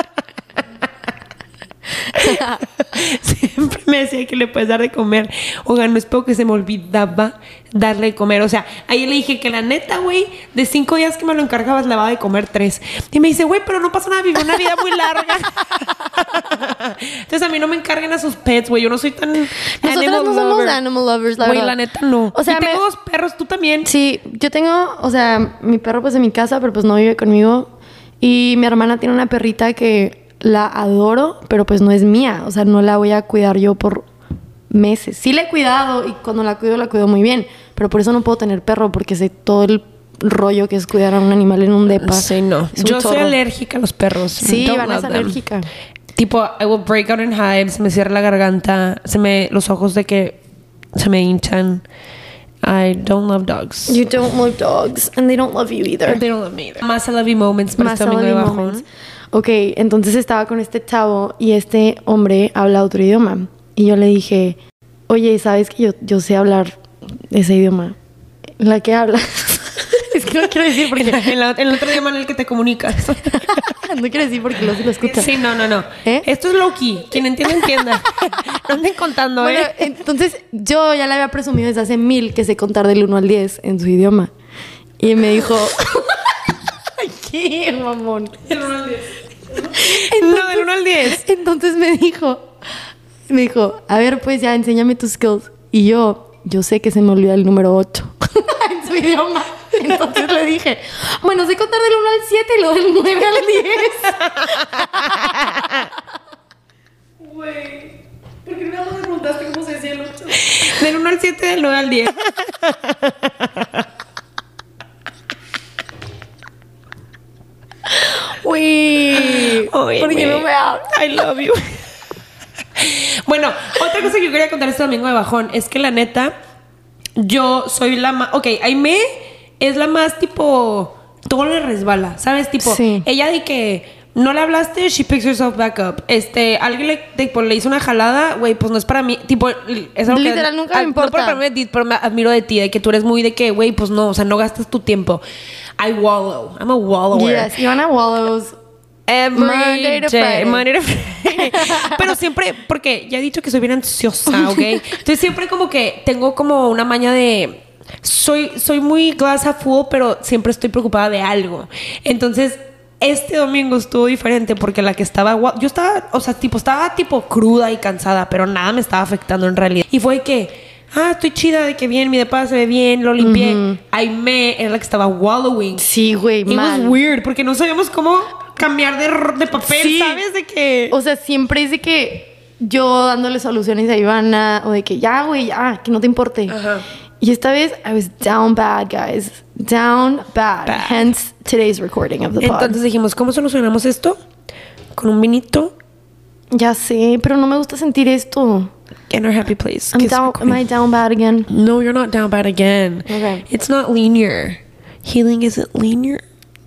Siempre me decía que le puedes dar de comer. Oigan, no espero que se me olvidaba darle de comer. O sea, ayer le dije que la neta, güey, de cinco días que me lo encargabas, le daba de comer tres. Y me dice, güey, pero no pasa nada, vive una vida muy larga. Entonces a mí no me encarguen a sus pets, güey. Yo no soy tan.
Nosotras
animal
no somos
lover.
animal lovers, la
Güey,
verdad.
la neta no.
O sea,
y tengo
me-
dos perros, tú también.
Sí, yo tengo, o sea, mi perro pues en mi casa, pero pues no vive conmigo. Y mi hermana tiene una perrita que la adoro, pero pues no es mía. O sea, no la voy a cuidar yo por meses. Sí la he cuidado y cuando la cuido, la cuido muy bien. Pero por eso no puedo tener perro, porque sé todo el rollo que es cuidar a un animal en un depa.
Sí, no.
Es un
Yo soy
chorro.
alérgica a los perros.
Sí,
Don't
Ivana es
love them.
alérgica.
Tipo, I will break out in hives, se me cierra la garganta, se me, los ojos de que se me hinchan. I don't love dogs.
You don't love dogs and they don't love you either.
They don't love me either. Más I love you moments para
Más
este domingo de
Lovely
bajón.
Moments. Ok, entonces estaba con este chavo y este hombre habla otro idioma. Y yo le dije, oye, ¿sabes que yo, yo sé hablar ese idioma? ¿La que habla? Es que no quiero decir porque...
En, la- en la- en el otro idioma en el que te comunicas.
no quiero decir porque lo, lo escucha.
Sí, no, no, no.
¿Eh?
Esto es low-key. Quien entienda, entienda. No anden contando,
Bueno,
¿eh?
entonces yo ya le había presumido desde hace mil que sé contar del uno al diez en su idioma. Y me dijo... Ay, qué mamón.
No, del uno al diez.
Entonces me dijo, me dijo, a ver, pues ya, enséñame tus skills. Y yo, yo sé que se me olvida el número ocho en su idioma. Entonces le dije, bueno, sé contar del uno al siete y lo del nueve al diez.
Güey. ¿Por qué no me preguntaste cómo se decía el ocho?
Del uno al siete, del nueve al diez.
Uy, ¿por qué no me hablas?
I love you. Bueno, otra cosa que yo quería contar este domingo de bajón es que la neta, yo soy la más... Ok, Aimee es la más tipo... Todo le resbala, ¿sabes? Tipo,
Sí.
ella de que... No le hablaste, she picks herself back up. Este, alguien le, tipo, le hizo una jalada, güey, pues no es para mí. Tipo, es algo
Literal,
que,
nunca me
a-
importa.
No por para mí, pero me admiro de ti, de que tú eres muy de que, güey, pues no, o sea, no gastas tu tiempo. I wallow. I'm a wallower.
Yes, Ivana Wallows.
Every
Monday to
day,
Friday.
Monday to Friday. Pero siempre, porque ya he dicho que soy bien ansiosa, ¿ok? Entonces siempre como que tengo como una maña de... Soy, soy muy glass half full, pero siempre estoy preocupada de algo. Entonces... Este domingo estuvo diferente porque la que estaba... gua- Yo estaba, o sea, tipo, estaba tipo cruda y cansada, pero nada me estaba afectando en realidad. Y fue que, ah, estoy chida, de que bien, mi depa se ve bien, lo limpié. Aimee era la que estaba wallowing.
Sí, güey,
It was
mal.
weird porque no sabíamos cómo cambiar de, r- de papel,
Sí.
¿sabes? De que...
O sea, siempre es de que yo dándole soluciones a Ivana o de que ya, güey, ya, que no te importe.
Ajá.
Y esta vez I was down bad, guys. Down bad.
Bad.
Hence today's recording of the pod.
Entonces dijimos, ¿cómo solucionamos esto? Con un vinito.
Ya sé, pero no me gusta sentir esto.
In our happy place.
I'm
Kiss
down, am I
recording.
down bad again?
No, you're not down bad again.
Okay.
It's not linear. Healing isn't linear.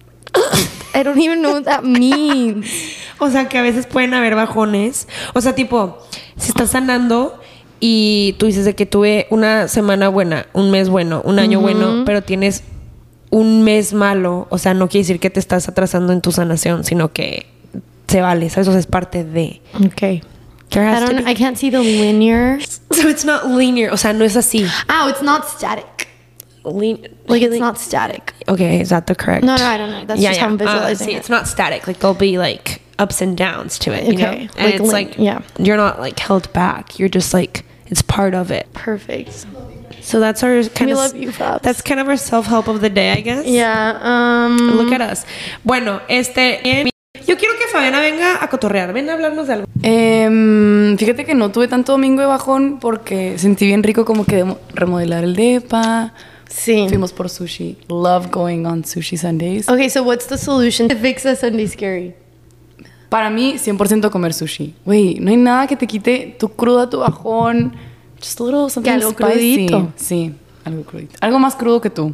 I don't even know what that means.
O sea, que a veces pueden haber bajones. O sea, tipo, si estás sanando y tú dices de que tuve una semana buena, un mes bueno, un año bueno, pero tienes un mes malo, o sea, no quiere decir que te estás atrasando en tu sanación, sino que se vale, ¿sabes? O sea, es parte de...
Okay.
There has
I
to
don't.
be-
I can't see the linear.
So it's not linear, o sea, no es así.
Oh, it's not static.
Lin-
Like it's not static.
Okay, is that the correct?
No, no, I don't know. That's just how I'm
Uh,
visualizing
see,
it.
it's not static. Like there'll be like ups and downs to it, you know.
Okay,
And
like
it's
lin-
like
yeah.
you're not like held back. You're just like it's part of it.
Perfect.
So that's our kind
We
of
love you, Fabs.
that's kind of our self help of the day, I guess.
Yeah. Um.
Look at us. Bueno, este, eh, yo quiero que Fabiana venga a cotorrear. Ven a hablarnos de algo.
Em, fíjate que no tuve tanto domingo de bajón porque sentí bien rico como que demo- remodelar el depa.
Sí.
Fuimos por sushi. Love going on sushi Sundays.
Okay, so what's the solution to fix a Sunday scary?
Para mí, cien por ciento comer sushi. Güey, no hay nada que te quite tu cruda, tu bajón. Just a little something
algo
spicy.
crudito.
Sí, algo crudito. Algo más crudo que tú.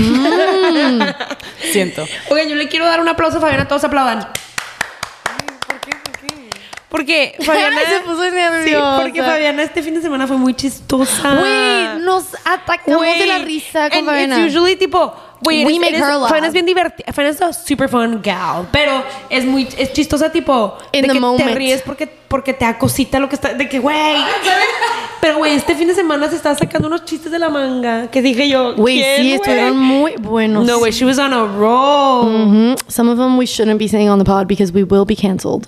Siento.
Oigan, yo le quiero dar un aplauso a Fabiana. Todos aplaudan.
¿Por qué? ¿Por qué?
Porque Fabiana
Se puso nerviosa.
Sí, porque Fabiana este fin de semana fue muy chistosa.
Güey, nos atacamos
Güey,
de la risa con
and
Fabiana.
It's usually tipo, güey,
We
eres-
make
eres-
her laugh.
Fabiana es bien divertida. Fabiana es a super fun gal, pero es muy es chistosa tipo
In
de
the
que
moment.
te ríes porque porque te da cosita lo que está de que güey, ¿sabes? Pero güey, este fin de semana se estaba sacando unos chistes de la manga que dije yo,
Güey,
¿quién,
sí,
güey?
estuvieron muy buenos.
No, güey, she was on a roll.
Mhm. Some of them we shouldn't be saying on the pod because we will be canceled.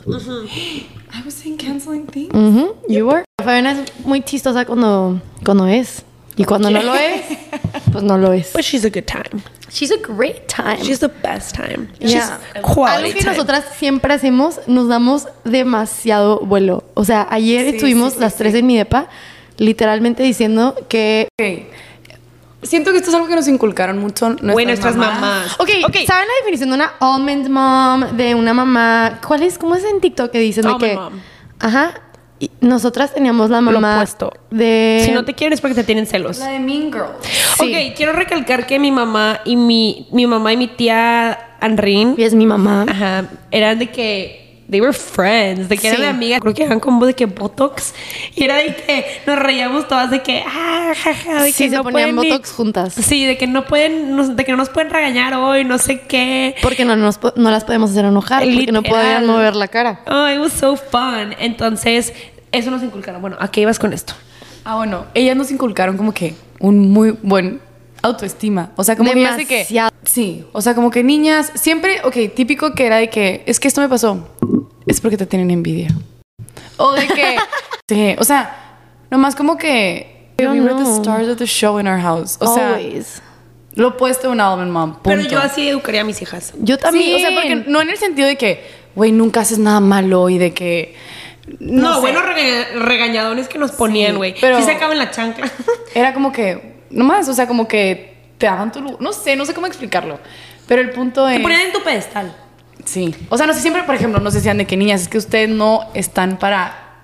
I was saying canceling things.
Mhm. You were. Fabiana es muy chistosa cuando, cuando es. Y cuando no lo es, pues no lo es.
But she's a good time.
She's a great time.
She's the best time.
Yeah.
She's quality
Algo que
time.
nosotras siempre hacemos, nos damos demasiado vuelo. O sea, ayer
Sí,
estuvimos
sí, sí,
las tres en mi depa, literalmente diciendo que...
Ok. Siento que esto es algo que nos inculcaron mucho nuestras,
Güey, nuestras mamás.
Ok, ¿saben la definición de una almond mom? De una mamá... ¿Cuál es? ¿Cómo es en TikTok que dicen? De
Almond
que,
mom.
Ajá. Y nosotras teníamos la mamá
opuesto.
de...
Si no te quieren es porque te tienen celos.
La de Mean Girls.
Sí.
Ok, quiero recalcar que mi mamá y mi, mi mamá y mi tía Anrin,
Y es mi mamá.
ajá, eran de que they were friends, de que
Sí.
eran amigas, creo que eran como de que botox y era de que nos reíamos todas de que ah, jaja, de
Sí,
que
se
no
ponían
pueden ni-
botox juntas.
Sí, de que no pueden, nos- de que no nos pueden regañar hoy, no sé qué.
Porque no, nos po- no las podemos hacer enojar. Porque no
Literal.
podían mover la cara.
Oh, it was so fun. Entonces, eso nos inculcaron. Bueno, ¿a qué ibas con esto?
Ah, bueno, ellas nos inculcaron como que un muy buen autoestima. O sea, como que ellas de que...
Demasiado.
Sí, o sea, como que niñas, siempre, ok, típico que era de que, es que esto me pasó, es porque te tienen envidia. O de que, sí, o sea, nomás como que,
Yo
we were the
no.
stars of the show in our house. O sea,
Always.
lo opuesto de una almond mom, punto.
Pero yo así educaría a mis hijas.
Yo también.
Sí, o sea, porque no en el sentido de que, güey, nunca haces nada malo y de que...
No,
sé.
buenos rega- regañadones que nos ponían,
Sí,
güey.
pero-
Sí se acaban la chancla.
Era como que, nomás, o sea, como que te daban tu lugar. No sé, no sé cómo explicarlo. Pero el punto es...
Te ponían en tu pedestal.
Sí. O sea, no sé, siempre, por ejemplo, nos decían de que niñas, es que ustedes no están para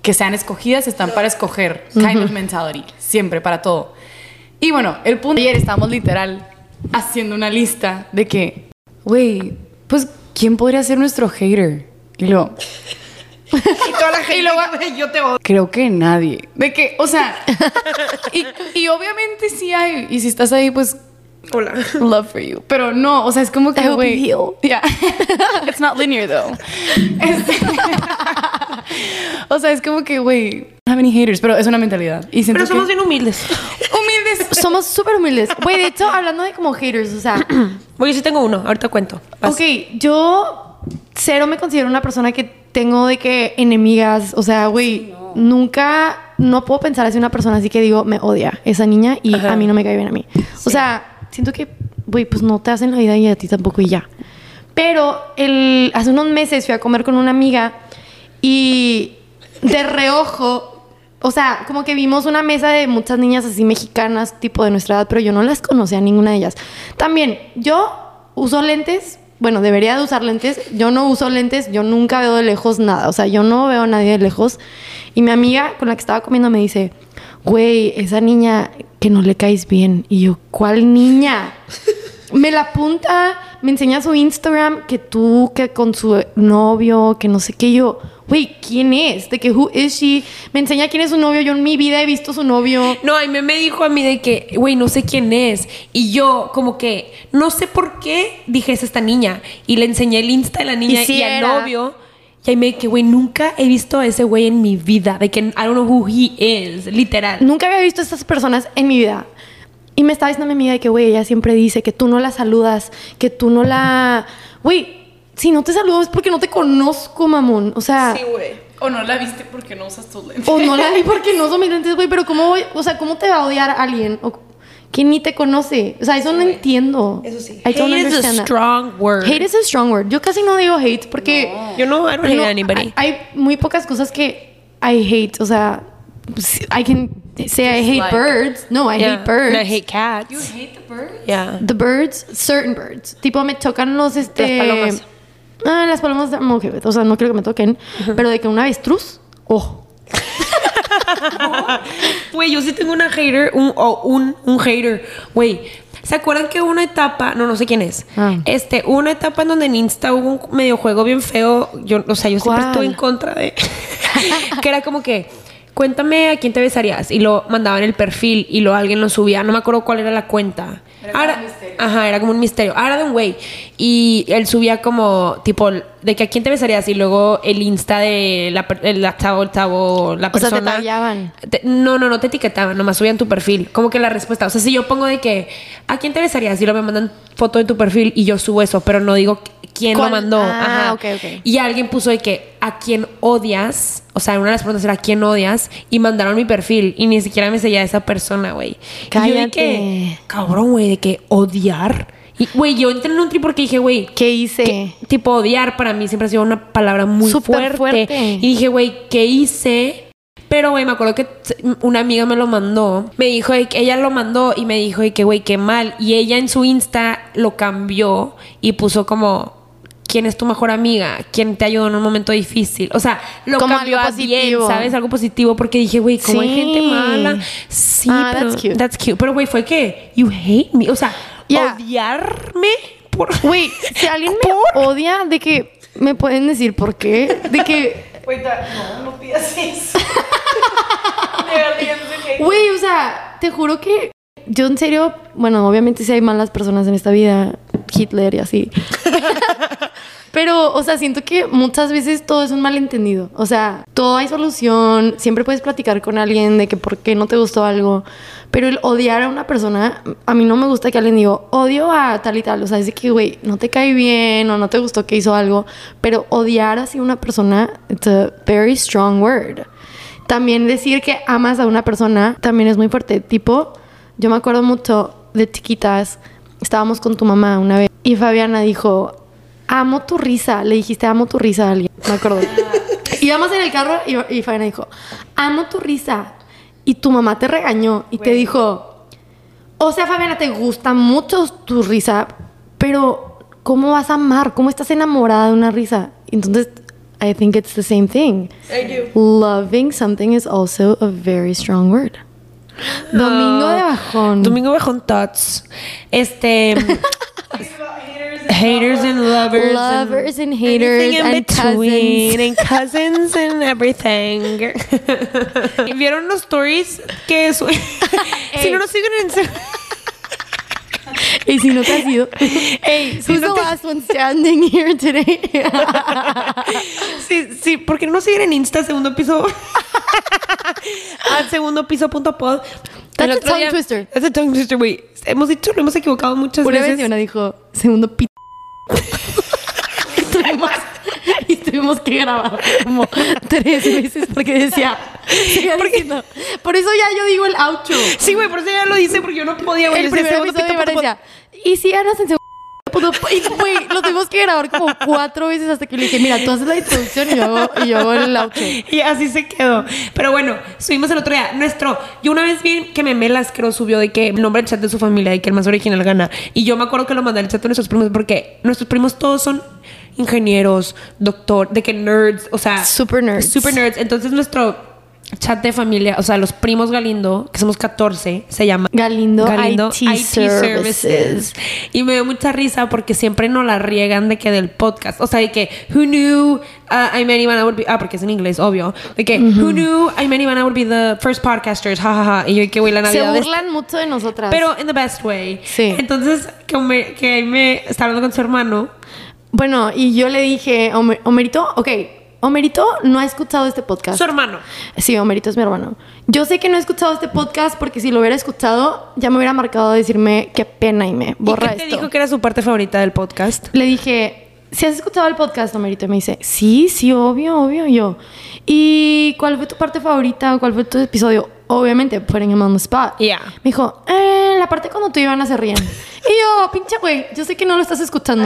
que sean escogidas están para escoger. Kind of mentality. Siempre, para todo. Y bueno, el punto ayer estábamos literal haciendo una lista de que, güey, pues, ¿quién podría ser nuestro hater? Y luego...
Y toda la gente,
Y luego-
güey, yo te odio.
Creo que nadie. De que, o sea... y, y obviamente sí hay. Y si estás ahí, pues...
Hola.
Love for you. Pero no, o sea, es como que,
I hope
güey...
you heal.
Yeah. It's not linear, though. Este- o sea, es como que, güey... I don't have any haters, pero es una mentalidad. Y siento
Pero somos
que...
bien humildes.
humildes.
Somos súper humildes. Güey, de hecho, hablando de como haters, o sea...
Güey, yo sí tengo uno. Ahorita cuento. Vas.
Ok, yo cero me considero una persona que tengo de que enemigas, o sea, güey, nunca, no puedo pensar así una persona así que digo, me odia esa niña y
Ajá.
a mí no me cae bien a mí. O sea, siento que, güey, pues no te hacen la vida y a ti tampoco y ya. Pero el, hace unos meses fui a comer con una amiga y de reojo, o sea, como que vimos una mesa de muchas niñas así mexicanas, tipo de nuestra edad, pero yo no las conocía a ninguna de ellas. También, yo uso lentes, bueno, debería de usar lentes. Yo no uso lentes, yo nunca veo de lejos nada. O sea, yo no veo a nadie de lejos. Y mi amiga con la que estaba comiendo me dice, güey, esa niña que no le caes bien. Y yo, ¿cuál niña? Me la apunta, me enseña su Instagram, que tú, que con su novio, que no sé qué. Yo, güey, ¿quién es? De que, who is she? Me enseña quién es su novio. Yo en mi vida he visto su novio.
No, y me, me dijo a mí de que, güey, no sé quién es. Y yo, como que, no sé por qué dije, es esta niña. Y le enseñé el Insta de la niña
Y sí
y al
era.
novio. Y ahí me dije, güey, nunca he visto a ese güey en mi vida. De que I don't know who he is, literal.
Nunca había visto a estas personas en mi vida. Y me estaba diciendo mi amiga de que, güey, ella siempre dice que tú no la saludas, que tú no la... Güey, si no te saludo es porque no te conozco, mamón. O sea...
güey.
O no la viste porque no usas tus lentes.
O no la vi porque no son mis lentes, güey. Pero ¿cómo voy? O sea, ¿cómo te va a odiar alguien? O, que ni te conoce. O sea, eso no entiendo.
Eso sí.
I don't
Hate is a
understand that.
strong word.
Hate is a strong word. Yo casi no digo hate porque...
Yo no, I don't hate
no,
anybody.
hay, hay muy pocas cosas que I hate. O sea, I can say I hate
Dislike.
birds. No, I
Yeah.
hate birds.
And I hate cats.
You hate the bird?
Yeah.
The birds, certain birds. Tipo, me chocan los, este...
Las palomas.
Ah, las palomas, I'm okay with. O sea, no quiero que me toquen. Pero de que un avestruz, oh.
Güey, yo sí tengo una hater, un, o un, un hater. Güey, ¿se acuerdan que hubo una etapa, no, no sé quién es,
Ah.
este, hubo una etapa en donde en Insta hubo un medio juego bien feo, yo, o sea, yo siempre
¿Cuál?
estuve en contra de, que era como que, cuéntame a quién te besarías, y lo mandaban el perfil, y luego alguien lo subía, no me acuerdo cuál era la cuenta.
Era como
Ahora-
un misterio.
Ajá, era como un misterio. Ahora de un güey. Y él subía como, tipo, de que a quién te besarías. Y luego el Insta de la, per- el, la chavo, el chavo, la
O sea, te
persona.
tagueaban.
Te- no, no, no te etiquetaban, nomás subían tu perfil. Como que la respuesta. O sea, si yo pongo de que, ¿a quién te besarías? Y luego me mandan foto de tu perfil y yo subo eso, pero no digo quién lo
¿Cuál?
mandó.
Ah,
Ajá.
ok, ok.
Y alguien puso de que, ¿a quién odias? O sea, una de las preguntas era, ¿a quién odias? Y mandaron mi perfil y ni siquiera me seguía esa persona, güey. Y yo de
Cállate.
que, cabrón, güey, de que odiar. Y, güey, yo entré en un trip porque dije, güey,
¿Qué hice?
¿qué- tipo odiar para mí siempre ha sido una palabra muy
Súper
fuerte.
fuerte.
Y dije, güey, ¿qué hice? Pero, güey, me acuerdo que t- una amiga me lo mandó. Me dijo, de que ella lo mandó y me dijo, de que, güey, qué mal. Y ella en su Insta lo cambió y puso como, ¿quién es tu mejor amiga? ¿Quién te ayudó en un momento difícil? O sea, lo
Como
cambió
algo
a bien,
positivo.
¿sabes? Algo positivo porque dije, güey, ¿cómo hay
Sí.
gente mala? Sí,
Ah,
pero
that's cute.
that's cute. Pero, güey, fue que, you hate me. O sea,
Yeah.
odiarme por...
Güey, si alguien me odia, de que me pueden decir por qué. De que,
no, no pidas eso. De verdad, yo no sé qué.
güey, o sea, te juro que yo en serio, bueno, obviamente sí hay malas personas en esta vida, Hitler y así. Pero, o sea, siento que muchas veces todo es un malentendido. O sea, todo hay solución. Siempre puedes platicar con alguien de que por qué no te gustó algo. Pero el odiar a una persona, a mí no me gusta que alguien diga, odio a tal y tal. O sea, es de que, güey, no te cae bien o no te gustó que hizo algo. Pero odiar así a una persona, it's a very strong word. También decir que amas a una persona también es muy fuerte. Tipo, yo me acuerdo mucho de chiquitas, estábamos con tu mamá una vez y Fabiana dijo, amo tu risa. Le dijiste, amo tu risa a alguien, me acuerdo. Íbamos en el carro y, y Fabiana dijo, amo tu risa. Y tu mamá te regañó y te dijo, o sea, Fabiana, te gusta mucho tu risa, pero ¿cómo vas a amar? ¿Cómo estás enamorada de una risa? Entonces, I think it's the same thing.
I do.
Loving something is also a very strong word. Domingo de bajón.
Domingo bajón thoughts. Este. Haters and lovers.
Lovers and, and haters
in
and
between,
cousins.
and cousins and everything. ¿Vieron los stories que su- si no nos siguen en
Y si no te has ido.
Ey, si
Who's
no
the
te-
last one standing here today?
Sí, sí, ¿por qué no nos siguen en Insta, segundo piso? Al segundo piso punto pod.
That's
El
a
otro
tongue
día-
twister.
That's a tongue twister, güey. Hemos dicho, lo hemos equivocado muchas
Una vez
veces.
Diana dijo, segundo p... y, tuvimos, y tuvimos que grabar como tres veces porque decía, seguía diciendo. Por eso ya yo digo el outro.
Sí, güey, por eso ya lo dice, porque yo no podía, güey.
El
Yo decía,
primer
segundo
episodio
pito,
Ivana
punto
decía, y si Ana se enseñó y güey, lo tuvimos que grabar como cuatro veces hasta que le dije, mira, tú haces la introducción y yo hago, y yo hago el outro.
Y así se quedó. Pero bueno, subimos el otro día. Nuestro, yo una vez vi que Memelas creo subió de que el nombre del chat de su familia y que el más original gana. Y yo me acuerdo que lo mandé al chat de nuestros primos porque nuestros primos todos son ingenieros, doctor, de que nerds, o sea,
Super nerds.
super nerds. Entonces nuestro chat de familia, o sea, los primos Galindo, que somos catorce, se llama
Galindo, I T Services.
Y me dio mucha risa porque siempre nos la riegan de que del podcast, o sea, de que who knew uh, I met Ivana would be, ah, porque es en inglés, obvio, de que who knew I met Ivana would be the first podcasters, jajaja, y yo que güey, la
Se
Navidad es-
burlan mucho de nosotras.
pero in the best way.
Sí.
Entonces, que me, que ahí me está hablando con su hermano.
Bueno, y yo le dije, Homer- Homerito, ok, Homerito no ha escuchado este podcast.
Su hermano.
Sí, Homerito es mi hermano. Yo sé que no he escuchado este podcast porque si lo hubiera escuchado, ya me hubiera marcado a decirme qué pena y me borra
¿Y qué te
esto.
dijo que era su parte favorita del podcast?
Le dije, ¿si has escuchado el podcast, Homerito? Y me dice, sí, sí, obvio, obvio. Y yo, ¿y cuál fue tu parte favorita? ¿Cuál fue tu episodio? Obviamente, putting him on the spot.
Yeah.
Me dijo, eh, la parte cuando tú y Ivana se ríen. Y yo, pinche güey, yo sé que no lo estás escuchando.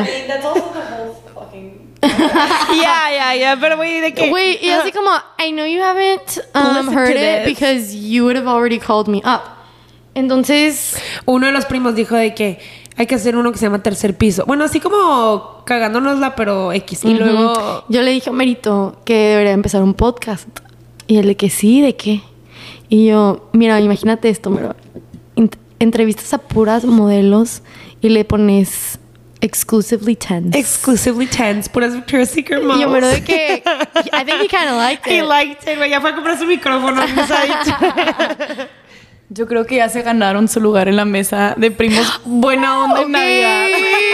Ya, ya, ya, pero güey, ¿de qué?
Güey, y así como, I know you haven't um,
Listen
heard
to
it
this.
because you would have already called me up. Entonces,
Uno de los primos dijo de que hay que hacer uno que se llama tercer piso. Bueno, así como cagándonosla, pero X. Y
ujú,
luego...
yo le dije a Merito que debería empezar un podcast. Y él de que sí, ¿de qué? Y yo, mira, imagínate esto, pero entrevistas a puras modelos y le pones exclusively tense.
Exclusively tense, puras Victoria's Secret models.
Y yo, pero de que, I think he kind of liked
He
it.
liked it, güey. Ya fue a comprar su micrófono. Nos ha dicho.
Yo creo que ya se ganaron su lugar en la mesa de primos buena onda en Navidad.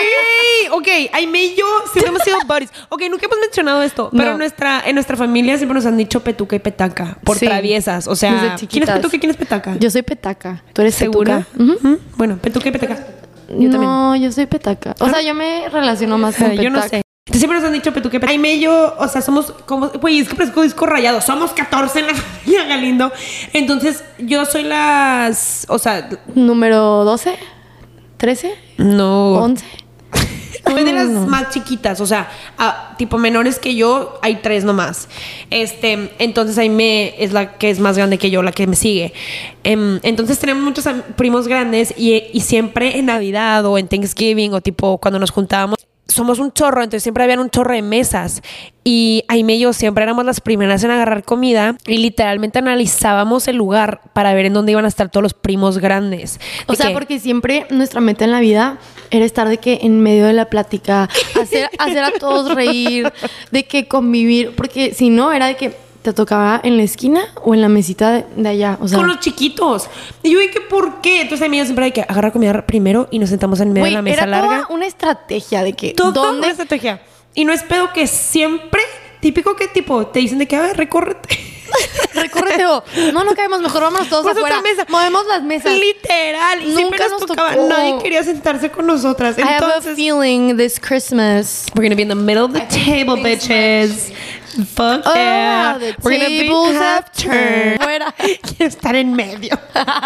Ok, Aime y yo siempre hemos sido buddies. Ok, nunca hemos mencionado esto, pero
No.
en nuestra, en nuestra familia siempre nos han dicho petuca y petaca por
Sí.
traviesas. O sea,
Desde
¿quién es
chiquitas.
petuca y quién es petaca?
Yo soy petaca. ¿Tú eres
¿Segura?
petuca? Ujú.
Ujú. Bueno, petuca y petaca. Yo también.
No, yo soy petaca. O sea, yo me relaciono más con
Ah,
petaca.
yo no sé. Entonces siempre nos han dicho petuque, petaca. Aime y yo, o sea, somos como... Güey, es que parezco disco rayado. Somos catorce en la familia Galindo. Entonces, yo soy las... O sea,
Número doce, trece,
no...
once.
Soy de las
No.
más chiquitas, o sea, ah, tipo menores que yo, hay tres nomás. Este, entonces Aime es la que es más grande que yo, la que me sigue. Em, entonces tenemos muchos am- primos grandes y, y siempre en Navidad o en Thanksgiving o tipo cuando nos juntábamos, somos un chorro, entonces siempre habían un chorro de mesas. Y Aime y yo siempre éramos las primeras en agarrar comida y literalmente analizábamos el lugar para ver en dónde iban a estar todos los primos grandes.
O
De
sea,
que-
porque siempre nuestra meta en la vida era estar de que en medio de la plática, hacer, hacer a todos reír, de que convivir, porque si no era de que te tocaba en la esquina o en la mesita de, de allá. O sea,
con los chiquitos. Y yo dije, ¿por qué? Entonces a mí yo siempre hay que agarrar comida primero y nos sentamos en medio
güey,
de la mesa
era
larga.
toda una estrategia de que
Todo
dónde
una estrategia. Y no es pedo que siempre, típico que tipo, te dicen de que, a ver, recórrete.
recórrete o no, no caemos, mejor vámonos todos
Pues
afuera.
otra mesa.
Movemos las mesas.
Literal. Y
Nunca
siempre nos,
nos
tocaba.
tocó.
Nadie quería sentarse con nosotras.
I have a
Entonces,
feeling this Christmas.
we're gonna be in the middle of the table, bitches. Fuck
Oh,
yeah.
the
We're gonna be
tables
half
have
turn.
turned. Fuera.
Quiero estar en medio.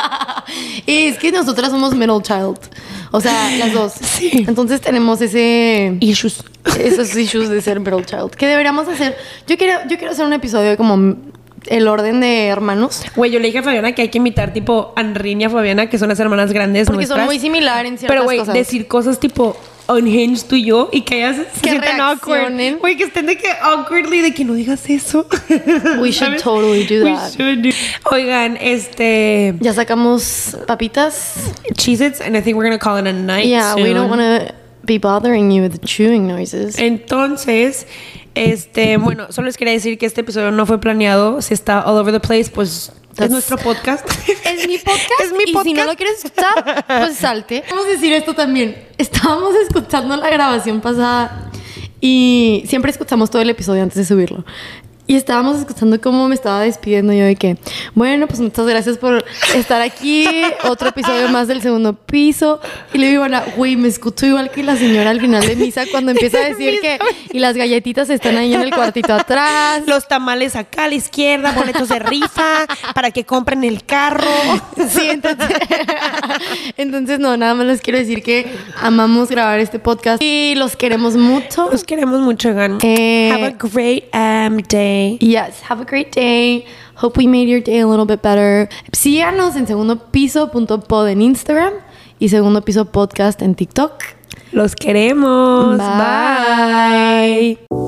Y es que nosotras somos middle child. O sea, las dos.
Sí.
Entonces tenemos ese
Issues.
esos issues de ser middle child. ¿Qué deberíamos hacer? Yo quiero, yo quiero hacer un episodio de como el orden de hermanos.
Güey, yo le dije a Fabiana que hay que imitar tipo a Anrin y a Fabiana, que son las hermanas grandes
Porque
nuestras.
son muy similares en ciertas
Pero, güey,
cosas.
decir cosas tipo unhinged tú y yo y que ellas se
Que
sientan awkward.
reaccionen.
Güey, que estén de que awkwardly, de que no digas eso.
We should
¿Sabes?
totally do
We
that.
should do- Oigan, este...
Ya sacamos papitas.
Cheez-Its, and I think we're gonna call it a night
Yeah, we don't
soon.
want to be bothering you with the chewing noises.
Entonces, este, bueno, solo les quería decir que este episodio no fue planeado, si está all over the place, pues
That's-
es nuestro podcast.
Es mi podcast.
Es mi
Y si no
podcast.
lo quieres escuchar, pues salte. Vamos a decir esto también. Estábamos escuchando la grabación pasada y siempre escuchamos todo el episodio antes de subirlo. Y estábamos escuchando cómo me estaba despidiendo yo de que, bueno, pues muchas gracias por estar aquí. Otro episodio más del segundo piso. Y le digo, Ana, güey, me escucho igual que la señora al final de misa cuando empieza a decir que, y las galletitas están ahí en el cuartito atrás.
Los tamales acá a la izquierda, boletos de rifa para que compren el carro.
Sí, entonces, entonces no, nada más les quiero decir que amamos grabar este podcast y los queremos mucho.
Los queremos mucho, Gan.
Eh,
Have a great um, day.
Yes, have a great day. Hope we made your day a little bit better. Síganos en segundo piso punto pod en Instagram y segundo piso podcast en TikTok.
Los queremos.
Bye.
Bye.